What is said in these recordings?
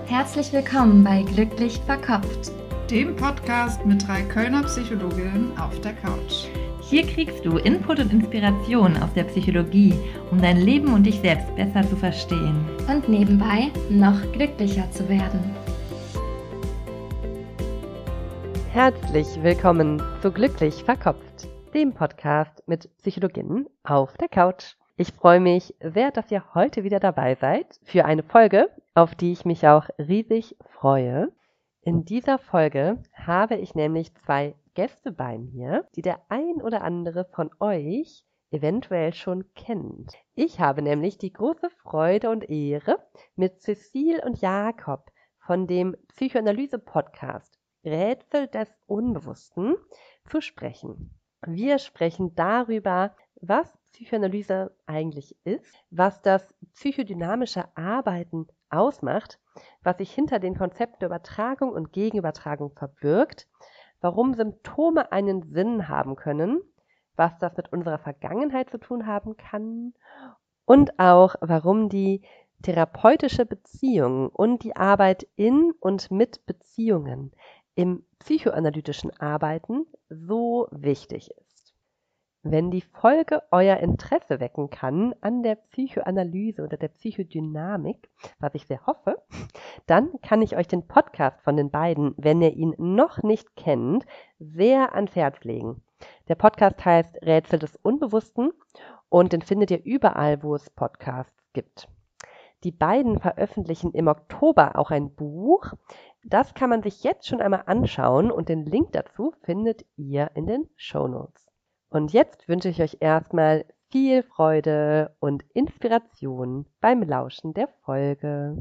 Herzlich willkommen bei Glücklich Verkopft, dem Podcast mit 3 Kölner Psychologinnen auf der Couch. Hier kriegst du Input und Inspiration aus der Psychologie, um dein Leben und dich selbst besser zu verstehen. Und nebenbei noch glücklicher zu werden. Herzlich willkommen zu Glücklich Verkopft, dem Podcast mit Psychologinnen auf der Couch. Ich freue mich sehr, dass ihr heute wieder dabei seid für eine Folge, auf die ich mich auch riesig freue. In dieser Folge habe ich nämlich 2 Gäste bei mir, die der ein oder andere von euch eventuell schon kennt. Ich habe nämlich die große Freude und Ehre, mit Cecile und Jakob von dem Psychoanalyse-Podcast Rätsel des Unbewussten zu sprechen. Wir sprechen darüber, was Psychoanalyse eigentlich ist, was das psychodynamische Arbeiten ausmacht, was sich hinter den Konzepten der Übertragung und Gegenübertragung verbirgt, warum Symptome einen Sinn haben können, was das mit unserer Vergangenheit zu tun haben kann und auch, warum die therapeutische Beziehung und die Arbeit in und mit Beziehungen im psychoanalytischen Arbeiten so wichtig ist. Wenn die Folge euer Interesse wecken kann an der Psychoanalyse oder der Psychodynamik, was ich sehr hoffe, dann kann ich euch den Podcast von den beiden, wenn ihr ihn noch nicht kennt, sehr ans Herz legen. Der Podcast heißt Rätsel des Unbewussten und den findet ihr überall, wo es Podcasts gibt. Die beiden veröffentlichen im Oktober auch ein Buch. Das kann man sich jetzt schon einmal anschauen und den Link dazu findet ihr in den Shownotes. Und jetzt wünsche ich euch erstmal viel Freude und Inspiration beim Lauschen der Folge.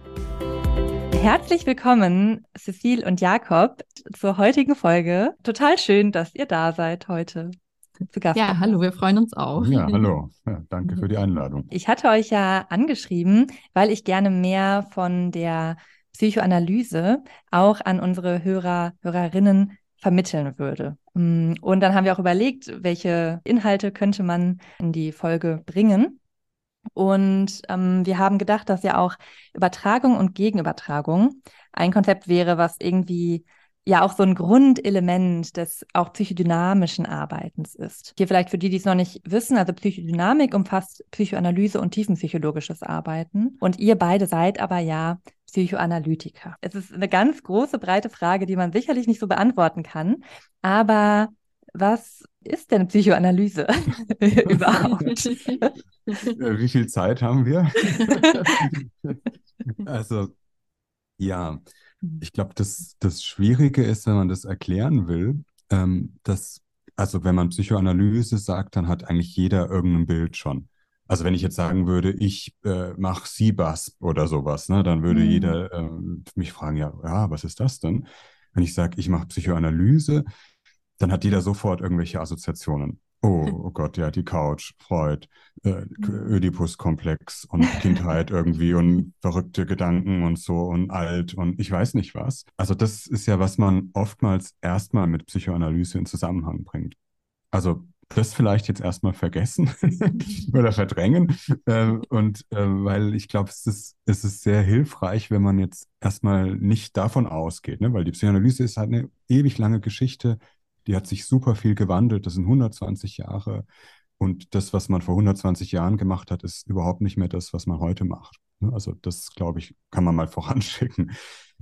Herzlich willkommen, Cecile und Jakob, zur heutigen Folge. Total schön, dass ihr da seid heute zu Gast. Ja, hallo, wir freuen uns auch. Ja, hallo. Ja, danke für die Einladung. Ich hatte euch ja angeschrieben, weil ich gerne mehr von der Psychoanalyse auch an unsere Hörerinnen vermitteln würde. Und dann haben wir auch überlegt, welche Inhalte könnte man in die Folge bringen. Und wir haben gedacht, dass ja auch Übertragung und Gegenübertragung ein Konzept wäre, was irgendwie ja auch so ein Grundelement des auch psychodynamischen Arbeitens ist. Hier vielleicht für die, die es noch nicht wissen, also Psychodynamik umfasst Psychoanalyse und tiefenpsychologisches Arbeiten. Und ihr beide seid aber ja Psychoanalytiker. Es ist eine ganz große, breite Frage, die man sicherlich nicht so beantworten kann. Aber was ist denn Psychoanalyse überhaupt? Wie viel Zeit haben wir? Also, ja, ich glaube, das Schwierige ist, wenn man das erklären will, also wenn man Psychoanalyse sagt, dann hat eigentlich jeder irgendein Bild schon. Also wenn ich jetzt sagen würde, ich mache CBASP oder sowas, ne, dann würde jeder mich fragen, ja, was ist das denn? Wenn ich sage, ich mache Psychoanalyse, dann hat jeder sofort irgendwelche Assoziationen. Oh Gott, ja, die Couch, Freud, Ödipus-Komplex und Kindheit irgendwie und verrückte Gedanken und so und alt und ich weiß nicht was. Also das ist ja, was man oftmals erstmal mit Psychoanalyse in Zusammenhang bringt. Also das vielleicht jetzt erstmal vergessen oder verdrängen. Weil ich glaube, es ist sehr hilfreich, wenn man jetzt erstmal nicht davon ausgeht, ne? Weil die Psychoanalyse ist halt eine ewig lange Geschichte, die hat sich super viel gewandelt, das sind 120 Jahre. Und das, was man vor 120 Jahren gemacht hat, ist überhaupt nicht mehr das, was man heute macht. Ne? Also das, glaube ich, kann man mal voranschicken.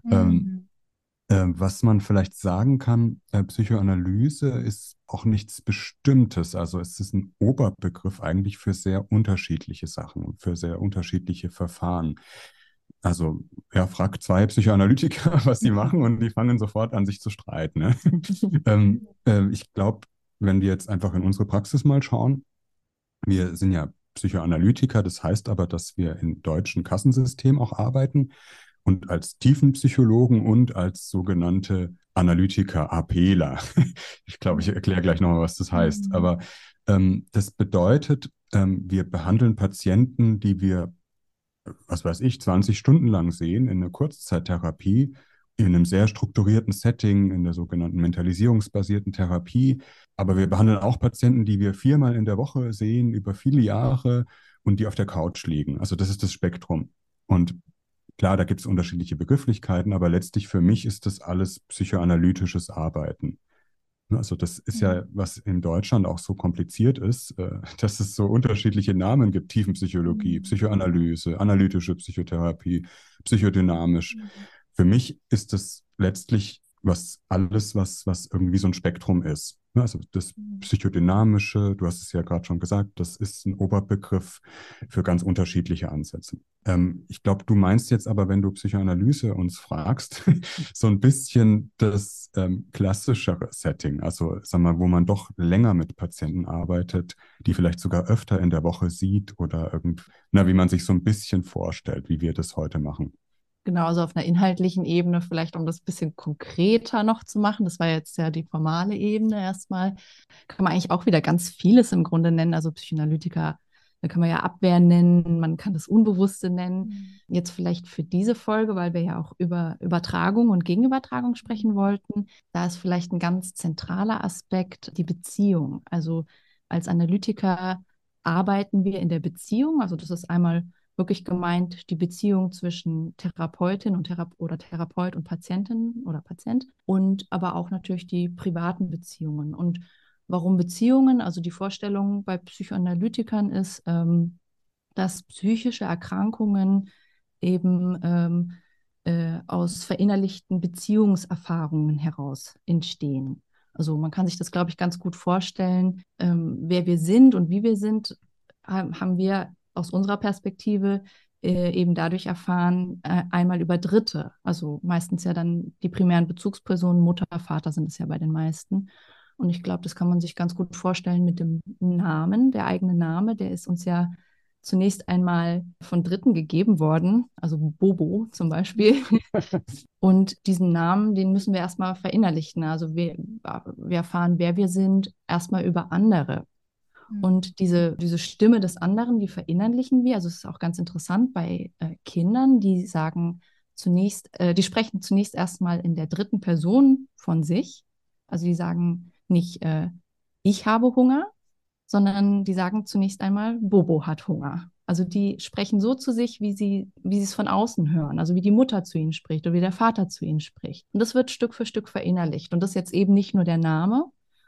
Was man vielleicht sagen kann, Psychoanalyse ist auch nichts Bestimmtes. Also es ist ein Oberbegriff eigentlich für sehr unterschiedliche Sachen, für sehr unterschiedliche Verfahren. Also ja, fragt 2 Psychoanalytiker, was sie machen und die fangen sofort an, sich zu streiten. Ne? Ich glaube, wenn wir jetzt einfach in unsere Praxis mal schauen, wir sind ja Psychoanalytiker, das heißt aber, dass wir im deutschen Kassensystem auch arbeiten und als Tiefenpsychologen und als sogenannte Analytiker, APler. Ich glaube, ich erkläre gleich nochmal, was das heißt. Aber das bedeutet, wir behandeln Patienten, die wir, was weiß ich, 20 Stunden lang sehen in einer Kurzzeittherapie, in einem sehr strukturierten Setting, in der sogenannten mentalisierungsbasierten Therapie. Aber wir behandeln auch Patienten, die wir 4-mal in der Woche sehen, über viele Jahre und die auf der Couch liegen. Also das ist das Spektrum. Und Klar, da gibt es unterschiedliche Begrifflichkeiten, aber letztlich für mich ist das alles psychoanalytisches Arbeiten. Also das ist ja, was in Deutschland auch so kompliziert ist, dass es so unterschiedliche Namen gibt. Tiefenpsychologie, Psychoanalyse, analytische Psychotherapie, psychodynamisch. Für mich ist das letztlich was irgendwie so ein Spektrum ist. Also das Psychodynamische, du hast es ja gerade schon gesagt, das ist ein Oberbegriff für ganz unterschiedliche Ansätze. Ich glaube, du meinst jetzt aber, wenn du Psychoanalyse uns fragst, so ein bisschen das klassischere Setting, also sag mal, wo man doch länger mit Patienten arbeitet, die vielleicht sogar öfter in der Woche sieht oder wie man sich so ein bisschen vorstellt, wie wir das heute machen. Genau, also auf einer inhaltlichen Ebene, vielleicht um das ein bisschen konkreter noch zu machen. Das war jetzt ja die formale Ebene erstmal. Kann man eigentlich auch wieder ganz vieles im Grunde nennen. Also Psychoanalytiker, da kann man ja Abwehr nennen, man kann das Unbewusste nennen. Jetzt vielleicht für diese Folge, weil wir ja auch über Übertragung und Gegenübertragung sprechen wollten, da ist vielleicht ein ganz zentraler Aspekt die Beziehung. Also als Analytiker arbeiten wir in der Beziehung. Also das ist einmal wirklich gemeint die Beziehung zwischen Therapeutin und oder Therapeut und Patientin oder Patient und aber auch natürlich die privaten Beziehungen. Und warum Beziehungen? Also die Vorstellung bei Psychoanalytikern ist, dass psychische Erkrankungen eben aus verinnerlichten Beziehungserfahrungen heraus entstehen. Also man kann sich das, glaube ich, ganz gut vorstellen, wer wir sind und wie wir sind, haben wir aus unserer Perspektive eben dadurch erfahren, einmal über Dritte, also meistens ja dann die primären Bezugspersonen, Mutter, Vater sind es ja bei den meisten. Und ich glaube, das kann man sich ganz gut vorstellen mit dem Namen, der eigene Name, der ist uns ja zunächst einmal von Dritten gegeben worden, also Bobo zum Beispiel. Und diesen Namen, den müssen wir erstmal verinnerlichen. Also wir erfahren, wer wir sind, erstmal über andere. Und diese Stimme des anderen, die verinnerlichen wir. Also es ist auch ganz interessant bei Kindern, die sagen die sprechen zunächst erstmal in der dritten Person von sich. Also die sagen nicht, ich habe Hunger, sondern die sagen zunächst einmal, Bobo hat Hunger. Also die sprechen so zu sich, wie sie es von außen hören. Also wie die Mutter zu ihnen spricht oder wie der Vater zu ihnen spricht. Und das wird Stück für Stück verinnerlicht. Und das ist jetzt eben nicht nur der Name,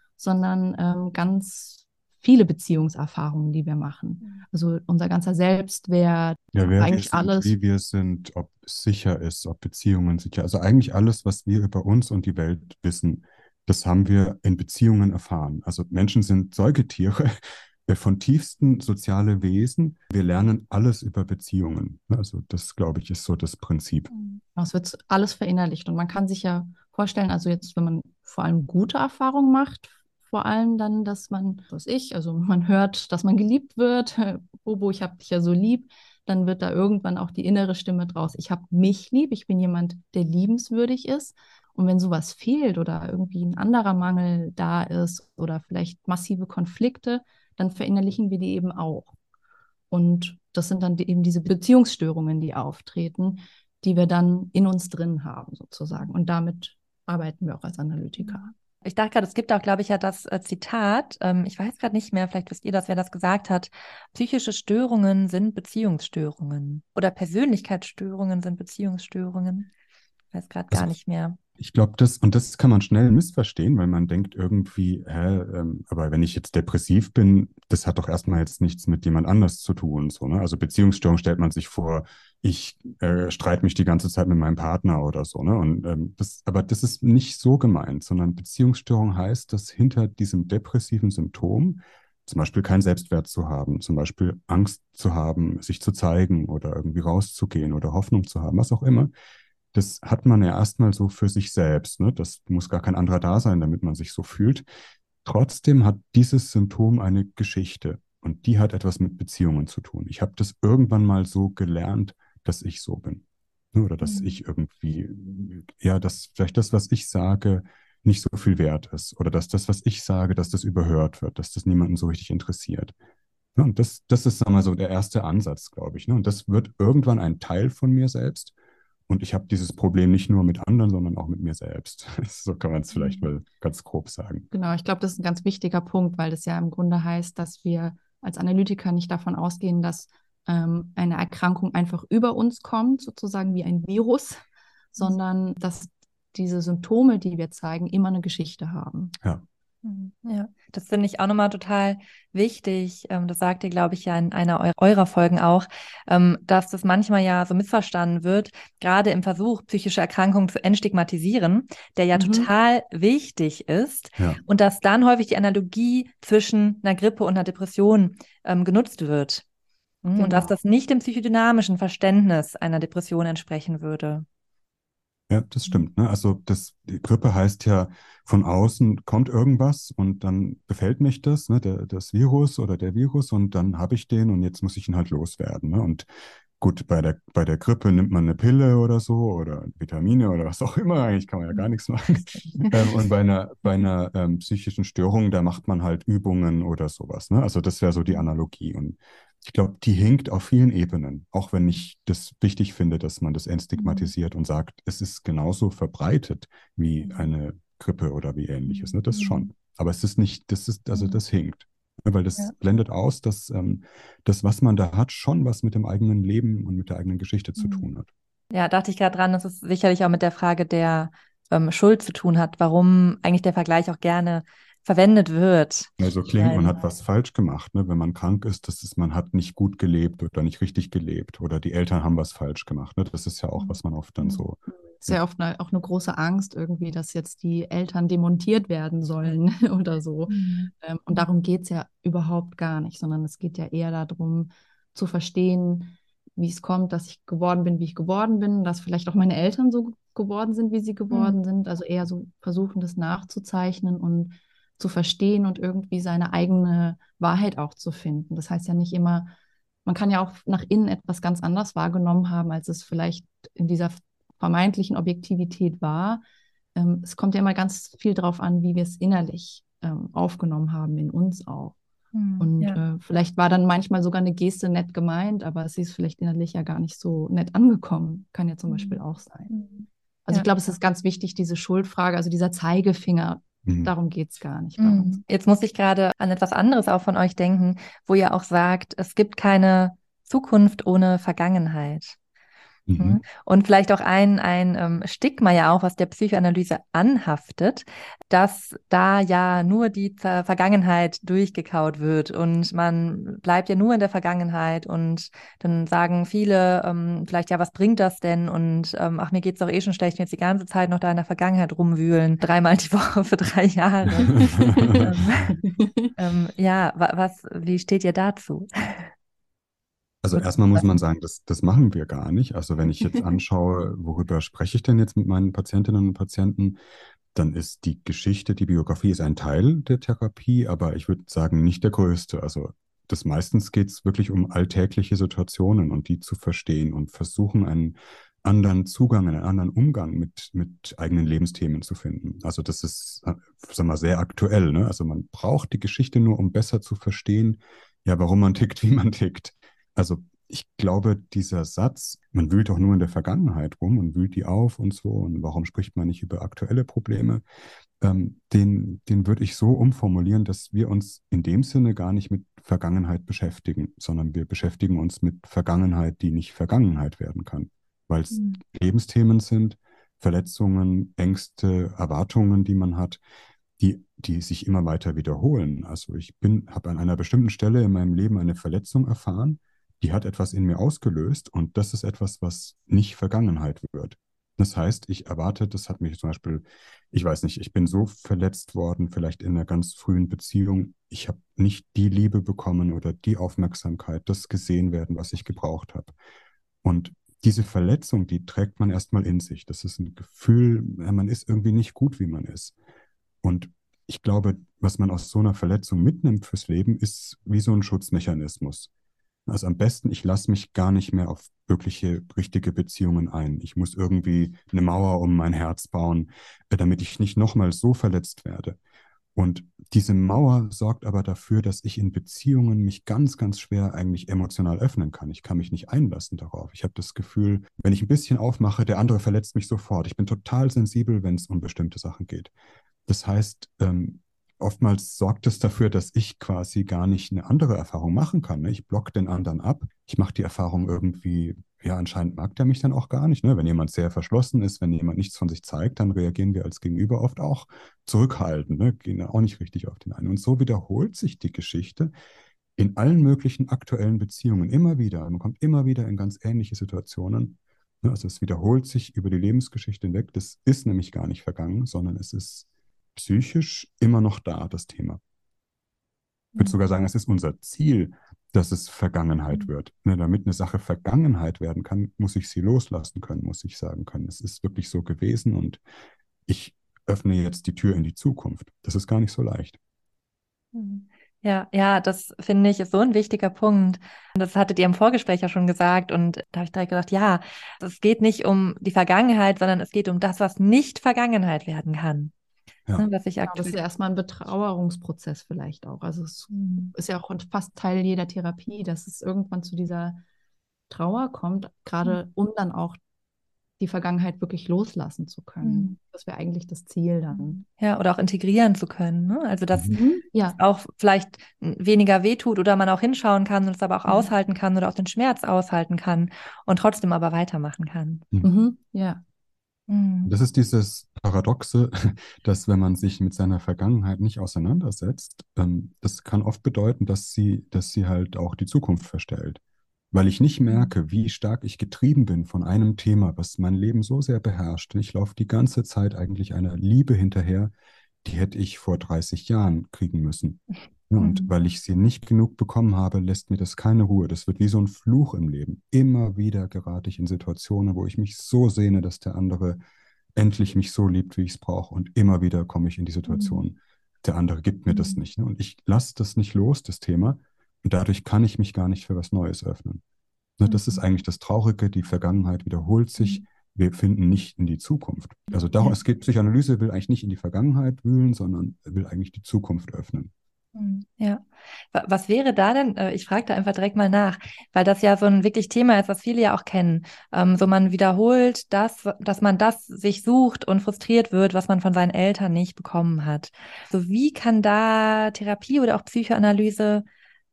sondern ganz viele Beziehungserfahrungen, die wir machen. Also unser ganzer Selbstwert, Ja, wer eigentlich wir sind, alles. wie wir sind, ob es sicher ist, ob Beziehungen sicher. Also eigentlich alles, was wir über uns und die Welt wissen, das haben wir in Beziehungen erfahren. Also Menschen sind Säugetiere, von tiefsten soziale Wesen. Wir lernen alles über Beziehungen. Also das, glaube ich, ist so das Prinzip. Es wird alles verinnerlicht. Und man kann sich ja vorstellen, also jetzt, wenn man vor allem gute Erfahrungen macht, vor allem dann, dass also man hört, dass man geliebt wird, Bobo, ich habe dich ja so lieb, dann wird da irgendwann auch die innere Stimme draus, ich habe mich lieb, ich bin jemand, der liebenswürdig ist. Und wenn sowas fehlt oder irgendwie ein anderer Mangel da ist oder vielleicht massive Konflikte, dann verinnerlichen wir die eben auch. Und das sind dann eben diese Beziehungsstörungen, die auftreten, die wir dann in uns drin haben, sozusagen. Und damit arbeiten wir auch als Analytiker. Ich dachte gerade, es gibt auch, glaube ich, ja das Zitat, ich weiß gerade nicht mehr, vielleicht wisst ihr das, wer das gesagt hat, psychische Störungen sind Beziehungsstörungen oder Persönlichkeitsstörungen sind Beziehungsstörungen. Ich weiß gerade gar nicht mehr. Ich glaube, das kann man schnell missverstehen, weil man denkt irgendwie, aber wenn ich jetzt depressiv bin, das hat doch erstmal jetzt nichts mit jemand anders zu tun. So, ne? Also Beziehungsstörung stellt man sich vor, ich streite mich die ganze Zeit mit meinem Partner oder so. Ne? Und aber das ist nicht so gemeint, sondern Beziehungsstörung heißt, dass hinter diesem depressiven Symptom zum Beispiel keinen Selbstwert zu haben, zum Beispiel Angst zu haben, sich zu zeigen oder irgendwie rauszugehen oder Hoffnung zu haben, was auch immer. Das hat man ja erstmal so für sich selbst. Ne? Das muss gar kein anderer da sein, damit man sich so fühlt. Trotzdem hat dieses Symptom eine Geschichte und die hat etwas mit Beziehungen zu tun. Ich habe das irgendwann mal so gelernt, dass ich so bin. Ne? Oder dass ich irgendwie, ja, dass vielleicht das, was ich sage, nicht so viel wert ist. Oder dass das, was ich sage, dass das überhört wird, dass das niemanden so richtig interessiert. Ne? Und das ist, sagen wir mal, so der erste Ansatz, glaube ich. Ne? Und das wird irgendwann ein Teil von mir selbst. Und ich habe dieses Problem nicht nur mit anderen, sondern auch mit mir selbst. So kann man es vielleicht mal ganz grob sagen. Genau, ich glaube, das ist ein ganz wichtiger Punkt, weil das ja im Grunde heißt, dass wir als Analytiker nicht davon ausgehen, dass eine Erkrankung einfach über uns kommt, sozusagen wie ein Virus, sondern dass diese Symptome, die wir zeigen, immer eine Geschichte haben. Ja. Ja, das finde ich auch nochmal total wichtig. Das sagt ihr, glaube ich, ja in einer eurer Folgen auch, dass das manchmal ja so missverstanden wird, gerade im Versuch, psychische Erkrankungen zu entstigmatisieren, der ja total wichtig ist. Ja. Und dass dann häufig die Analogie zwischen einer Grippe und einer Depression genutzt wird. Und dass das nicht dem psychodynamischen Verständnis einer Depression entsprechen würde. Ja, das stimmt. Ne? Also die Grippe heißt ja, von außen kommt irgendwas und dann befällt mich das, ne? Das Virus oder der Virus, und dann habe ich den und jetzt muss ich ihn halt loswerden. Ne? Und gut, bei der Grippe nimmt man eine Pille oder so oder Vitamine oder was auch immer, eigentlich kann man ja gar nichts machen. Und bei einer psychischen Störung, da macht man halt Übungen oder sowas. Ne? Also das wäre so die Analogie. Und ich glaube, die hinkt auf vielen Ebenen, auch wenn ich das wichtig finde, dass man das entstigmatisiert und sagt, es ist genauso verbreitet wie eine Grippe oder wie ähnliches. Ne? Das schon. Aber es ist nicht, das hinkt. Ne? Weil das blendet aus, dass das, was man da hat, schon was mit dem eigenen Leben und mit der eigenen Geschichte zu tun hat. Ja, dachte ich gerade dran, dass es sicherlich auch mit der Frage der Schuld zu tun hat, warum eigentlich der Vergleich auch gerne verwendet wird. Also klingt, man hat was falsch gemacht, ne? Wenn man krank ist, man hat nicht gut gelebt oder nicht richtig gelebt oder die Eltern haben was falsch gemacht. Ne? Das ist ja auch, was man oft dann so. Sehr oft auch eine große Angst irgendwie, dass jetzt die Eltern demontiert werden sollen oder so. Und darum geht es ja überhaupt gar nicht, sondern es geht ja eher darum, zu verstehen, wie es kommt, dass ich geworden bin, wie ich geworden bin, dass vielleicht auch meine Eltern so geworden sind, wie sie geworden sind. Also eher so versuchen, das nachzuzeichnen und zu verstehen und irgendwie seine eigene Wahrheit auch zu finden. Das heißt ja nicht immer, man kann ja auch nach innen etwas ganz anders wahrgenommen haben, als es vielleicht in dieser vermeintlichen Objektivität war. Es kommt ja immer ganz viel darauf an, wie wir es innerlich aufgenommen haben, in uns auch. Und vielleicht war dann manchmal sogar eine Geste nett gemeint, aber sie ist vielleicht innerlich ja gar nicht so nett angekommen. Kann ja zum Beispiel auch sein. Also ich glaube, es ist ganz wichtig, diese Schuldfrage, also dieser Zeigefinger, darum geht es gar nicht bei uns. Jetzt muss ich gerade an etwas anderes auch von euch denken, wo ihr auch sagt, es gibt keine Zukunft ohne Vergangenheit. Und vielleicht auch ein Stigma ja auch, was der Psychoanalyse anhaftet, dass da ja nur die Vergangenheit durchgekaut wird und man bleibt ja nur in der Vergangenheit und dann sagen viele vielleicht, ja, was bringt das denn? Und ach, mir geht's doch eh schon schlecht, wenn jetzt die ganze Zeit noch da in der Vergangenheit rumwühlen, 3-mal die Woche für 3 Jahre. Wie steht ihr dazu? Also erstmal muss man sagen, das machen wir gar nicht. Also wenn ich jetzt anschaue, worüber spreche ich denn jetzt mit meinen Patientinnen und Patienten, dann ist die Geschichte, die Biografie ist ein Teil der Therapie, aber ich würde sagen, nicht der größte. Also meistens geht es wirklich um alltägliche Situationen und die zu verstehen und versuchen, einen anderen Zugang, einen anderen Umgang mit eigenen Lebensthemen zu finden. Also das ist, sagen wir mal, sehr aktuell, ne? Also man braucht die Geschichte nur, um besser zu verstehen, ja, warum man tickt, wie man tickt. Also ich glaube, dieser Satz, man wühlt doch nur in der Vergangenheit rum und wühlt die auf und so, und warum spricht man nicht über aktuelle Probleme, den würde ich so umformulieren, dass wir uns in dem Sinne gar nicht mit Vergangenheit beschäftigen, sondern wir beschäftigen uns mit Vergangenheit, die nicht Vergangenheit werden kann, weil es Lebensthemen sind, Verletzungen, Ängste, Erwartungen, die man hat, die sich immer weiter wiederholen. Also ich habe an einer bestimmten Stelle in meinem Leben eine Verletzung erfahren, die hat etwas in mir ausgelöst und das ist etwas, was nicht Vergangenheit wird. Das heißt, ich erwarte, das hat mich zum Beispiel, ich weiß nicht, ich bin so verletzt worden, vielleicht in einer ganz frühen Beziehung, ich habe nicht die Liebe bekommen oder die Aufmerksamkeit, das gesehen werden, was ich gebraucht habe. Und diese Verletzung, die trägt man erstmal in sich. Das ist ein Gefühl, man ist irgendwie nicht gut, wie man ist. Und ich glaube, was man aus so einer Verletzung mitnimmt fürs Leben, ist wie so ein Schutzmechanismus. Also am besten, ich lasse mich gar nicht mehr auf wirkliche, richtige Beziehungen ein. Ich muss irgendwie eine Mauer um mein Herz bauen, damit ich nicht nochmal so verletzt werde. Und diese Mauer sorgt aber dafür, dass ich in Beziehungen mich ganz, ganz schwer eigentlich emotional öffnen kann. Ich kann mich nicht einlassen darauf. Ich habe das Gefühl, wenn ich ein bisschen aufmache, der andere verletzt mich sofort. Ich bin total sensibel, wenn es um bestimmte Sachen geht. Das heißt, oftmals sorgt es dafür, dass ich quasi gar nicht eine andere Erfahrung machen kann. Ne? Ich blocke den anderen ab. Ich mache die Erfahrung irgendwie, ja, anscheinend mag der mich dann auch gar nicht. Ne? Wenn jemand sehr verschlossen ist, wenn jemand nichts von sich zeigt, dann reagieren wir als Gegenüber oft auch zurückhaltend, ne? Gehen auch nicht richtig auf den ein. Und so wiederholt sich die Geschichte in allen möglichen aktuellen Beziehungen immer wieder. Man kommt immer wieder in ganz ähnliche Situationen. Ne? Also es wiederholt sich über die Lebensgeschichte hinweg. Das ist nämlich gar nicht vergangen, sondern es ist psychisch immer noch da, das Thema. Ich würde sogar sagen, es ist unser Ziel, dass es Vergangenheit wird. Ne, damit eine Sache Vergangenheit werden kann, muss ich sie loslassen können, muss ich sagen können. Es ist wirklich so gewesen und ich öffne jetzt die Tür in die Zukunft. Das ist gar nicht so leicht. Ja, ja, das finde ich ist so ein wichtiger Punkt. Das hattet ihr im Vorgespräch ja schon gesagt und da habe ich direkt gedacht, ja, es geht nicht um die Vergangenheit, sondern es geht um das, was nicht Vergangenheit werden kann. Ja. Ne, was ich Genau, das ist aktuell. ja erstmal ein Betrauerungsprozess vielleicht auch. Also es ist ja auch fast Teil jeder Therapie, dass es irgendwann zu dieser Trauer kommt, gerade um dann auch die Vergangenheit wirklich loslassen zu können. Das wäre eigentlich das Ziel dann. Ja, oder auch integrieren zu können. Ne? Also, dass Ja, es auch vielleicht weniger wehtut oder man auch hinschauen kann und es aber auch aushalten kann oder auch den Schmerz aushalten kann und trotzdem aber weitermachen kann. Ja. Das ist dieses Paradoxe, dass wenn man sich mit seiner Vergangenheit nicht auseinandersetzt, das kann oft bedeuten, dass sie halt auch die Zukunft verstellt. Weil ich nicht merke, wie stark ich getrieben bin von einem Thema, was mein Leben so sehr beherrscht. Ich laufe die ganze Zeit eigentlich einer Liebe hinterher, die hätte ich vor 30 Jahren kriegen müssen. Ja, und weil ich sie nicht genug bekommen habe, lässt mir das keine Ruhe. Das wird wie so ein Fluch im Leben. Immer wieder gerate ich in Situationen, wo ich mich so sehne, dass der andere endlich mich so liebt, wie ich es brauche. Und immer wieder komme ich in die Situation, der andere gibt mir das nicht. Ne? Und ich lasse das nicht los, das Thema. Und dadurch kann ich mich gar nicht für was Neues öffnen. Ne, das ist eigentlich das Traurige. Die Vergangenheit wiederholt sich. Wir finden nicht in die Zukunft. Also darum, es geht, Psychoanalyse will eigentlich nicht in die Vergangenheit wühlen, sondern will eigentlich die Zukunft öffnen. Ja. Was wäre da denn, ich frage da einfach direkt mal nach, weil das ja so ein wirklich Thema ist, was viele ja auch kennen. So man wiederholt das, dass man das sich sucht und frustriert wird, was man von seinen Eltern nicht bekommen hat. So wie kann da Therapie oder auch Psychoanalyse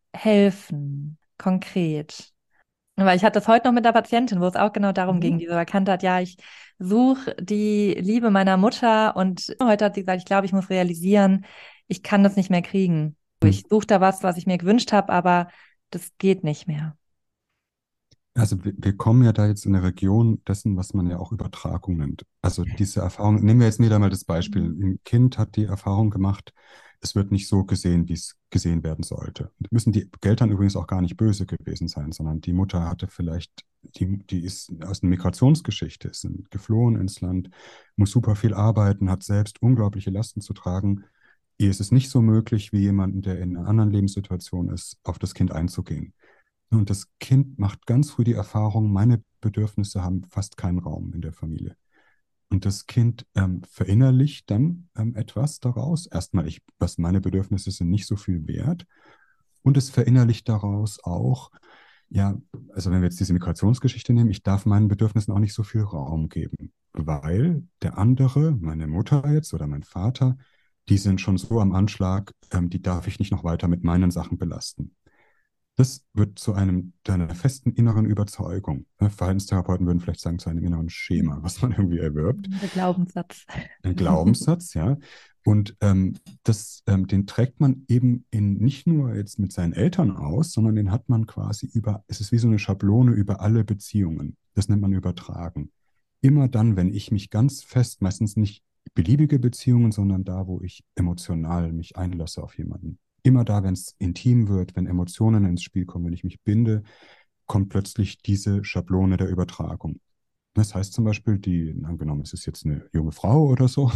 helfen, konkret? Weil ich hatte das heute noch mit der Patientin, wo es auch genau darum ging, die so erkannt hat, ja, ich suche die Liebe meiner Mutter und heute hat sie gesagt, ich glaube, ich muss realisieren, ich kann das nicht mehr kriegen. Ich suche da was ich mir gewünscht habe, aber das geht nicht mehr. Also wir kommen ja da jetzt in eine Region dessen, was man ja auch Übertragung nennt. Also diese Erfahrung, nehmen wir jetzt wieder mal das Beispiel. Ein Kind hat die Erfahrung gemacht, es wird nicht so gesehen, wie es gesehen werden sollte. Müssen die Eltern übrigens auch gar nicht böse gewesen sein, sondern die Mutter hatte vielleicht, die ist aus einer Migrationsgeschichte, ist geflohen ins Land, muss super viel arbeiten, hat selbst unglaubliche Lasten zu tragen. Ihr ist es nicht so möglich, wie jemanden, der in einer anderen Lebenssituation ist, auf das Kind einzugehen. Und das Kind macht ganz früh die Erfahrung, meine Bedürfnisse haben fast keinen Raum in der Familie. Und das Kind verinnerlicht dann etwas daraus. Erstmal, was meine Bedürfnisse sind nicht so viel wert. Und es verinnerlicht daraus auch, ja, also wenn wir jetzt diese Migrationsgeschichte nehmen, ich darf meinen Bedürfnissen auch nicht so viel Raum geben, weil der andere, meine Mutter jetzt oder mein Vater, die sind schon so am Anschlag, die darf ich nicht noch weiter mit meinen Sachen belasten. Das wird zu deiner festen inneren Überzeugung. Ne? Verhaltenstherapeuten würden vielleicht sagen, zu einem inneren Schema, was man irgendwie erwirbt. Der Glaubenssatz. Ein Glaubenssatz, ja. Und den trägt man eben nicht nur jetzt mit seinen Eltern aus, sondern den hat man quasi es ist wie so eine Schablone über alle Beziehungen. Das nennt man übertragen. Immer dann, wenn ich mich ganz fest, meistens nicht beliebige Beziehungen, sondern da, wo ich emotional mich einlasse auf jemanden. Immer da, wenn es intim wird, wenn Emotionen ins Spiel kommen, wenn ich mich binde, kommt plötzlich diese Schablone der Übertragung. Das heißt zum Beispiel, angenommen, es ist jetzt eine junge Frau oder so,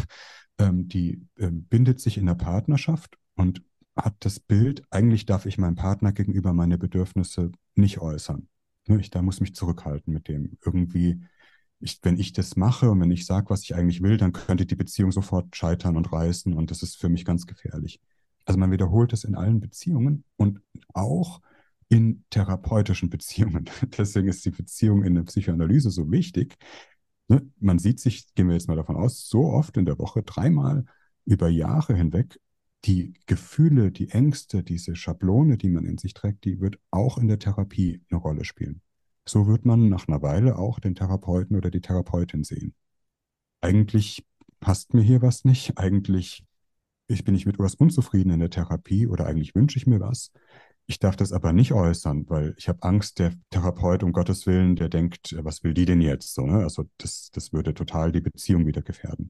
die bindet sich in der Partnerschaft und hat das Bild, eigentlich darf ich meinem Partner gegenüber meine Bedürfnisse nicht äußern. Ne, da muss mich zurückhalten mit dem. Irgendwie, wenn ich das mache und wenn ich sage, was ich eigentlich will, dann könnte die Beziehung sofort scheitern und reißen und das ist für mich ganz gefährlich. Also man wiederholt es in allen Beziehungen und auch in therapeutischen Beziehungen. Deswegen ist die Beziehung in der Psychoanalyse so wichtig. Ne? Man sieht sich, gehen wir jetzt mal davon aus, so oft in der Woche, 3-mal über Jahre hinweg. die Gefühle, die Ängste, diese Schablone, die man in sich trägt, die wird auch in der Therapie eine Rolle spielen. So wird man nach einer Weile auch den Therapeuten oder die Therapeutin sehen. Eigentlich passt mir hier was nicht, eigentlich bin ich mit was unzufrieden in der Therapie oder eigentlich wünsche ich mir was. Ich darf das aber nicht äußern, weil ich habe Angst, der Therapeut, um Gottes Willen, der denkt, was will die denn jetzt? So, ne? Also das würde total die Beziehung wieder gefährden.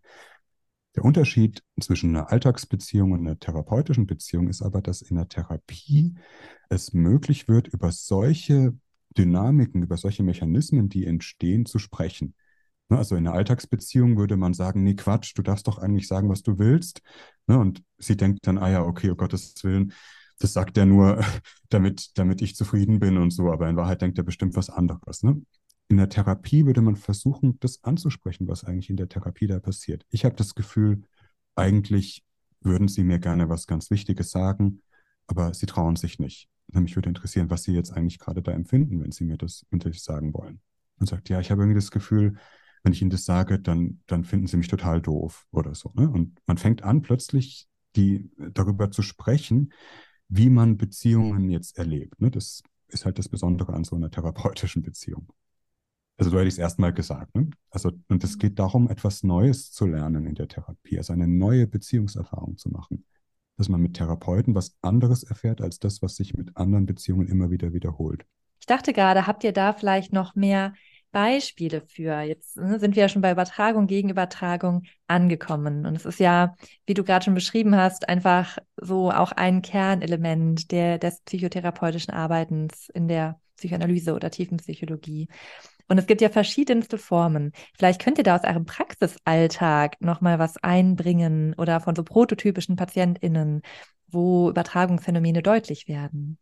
Der Unterschied zwischen einer Alltagsbeziehung und einer therapeutischen Beziehung ist aber, dass in der Therapie es möglich wird, über solche Dynamiken, über solche Mechanismen, die entstehen, zu sprechen. Ne, also in einer Alltagsbeziehung würde man sagen, nee, Quatsch, du darfst doch eigentlich sagen, was du willst. Ne, und sie denkt dann, ah ja, okay, um Gottes Willen, das sagt er nur, damit ich zufrieden bin und so, aber in Wahrheit denkt er bestimmt was anderes. Ne? In der Therapie würde man versuchen, das anzusprechen, was eigentlich in der Therapie da passiert. Ich habe das Gefühl, eigentlich würden sie mir gerne was ganz Wichtiges sagen, aber sie trauen sich nicht. Mich würde interessieren, was sie jetzt eigentlich gerade da empfinden, wenn sie mir das sagen wollen. Und sagt, ja, ich habe irgendwie das Gefühl, wenn ich ihnen das sage, dann finden sie mich total doof oder so. Ne? Und man fängt an, plötzlich darüber zu sprechen, wie man Beziehungen jetzt erlebt. Ne? Das ist halt das Besondere an so einer therapeutischen Beziehung. Also du hättest es erstmal gesagt. Ne? Also, und es geht darum, etwas Neues zu lernen in der Therapie, also eine neue Beziehungserfahrung zu machen. Dass man mit Therapeuten was anderes erfährt, als das, was sich mit anderen Beziehungen immer wieder wiederholt. Ich dachte gerade, habt ihr da vielleicht noch mehr Beispiele für? Jetzt sind wir ja schon bei Übertragung, Gegenübertragung angekommen. Und es ist ja, wie du gerade schon beschrieben hast, einfach so auch ein Kernelement des psychotherapeutischen Arbeitens in der Psychoanalyse oder Tiefenpsychologie. Und es gibt ja verschiedenste Formen. Vielleicht könnt ihr da aus eurem Praxisalltag nochmal was einbringen oder von so prototypischen PatientInnen, wo Übertragungsphänomene deutlich werden.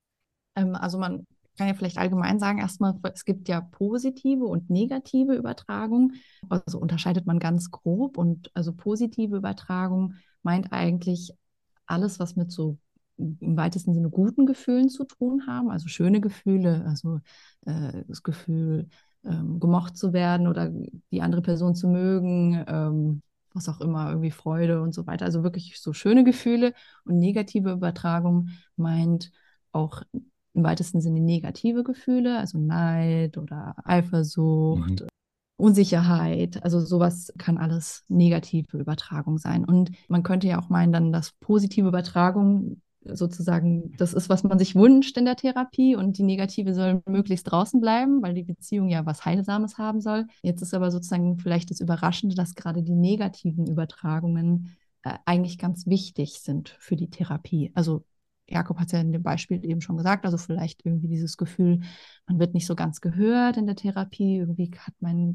Also man kann ja vielleicht allgemein sagen, erstmal, es gibt ja positive und negative Übertragung. Also unterscheidet man ganz grob. Und also positive Übertragung meint eigentlich alles, was mit so im weitesten Sinne guten Gefühlen zu tun haben, also schöne Gefühle, also das Gefühl, gemocht zu werden oder die andere Person zu mögen, was auch immer, irgendwie Freude und so weiter. Also wirklich so schöne Gefühle. Und negative Übertragung meint auch im weitesten Sinne negative Gefühle, also Neid oder Eifersucht, Unsicherheit, also sowas kann alles negative Übertragung sein. Und man könnte ja auch meinen, dann, dass positive Übertragung sozusagen das ist, was man sich wünscht in der Therapie und die negative soll möglichst draußen bleiben, weil die Beziehung ja was Heilsames haben soll. Jetzt ist aber sozusagen vielleicht das Überraschende, dass gerade die negativen Übertragungen eigentlich ganz wichtig sind für die Therapie. Also Jakob hat es ja in dem Beispiel eben schon gesagt, also vielleicht irgendwie dieses Gefühl, man wird nicht so ganz gehört in der Therapie, irgendwie hat mein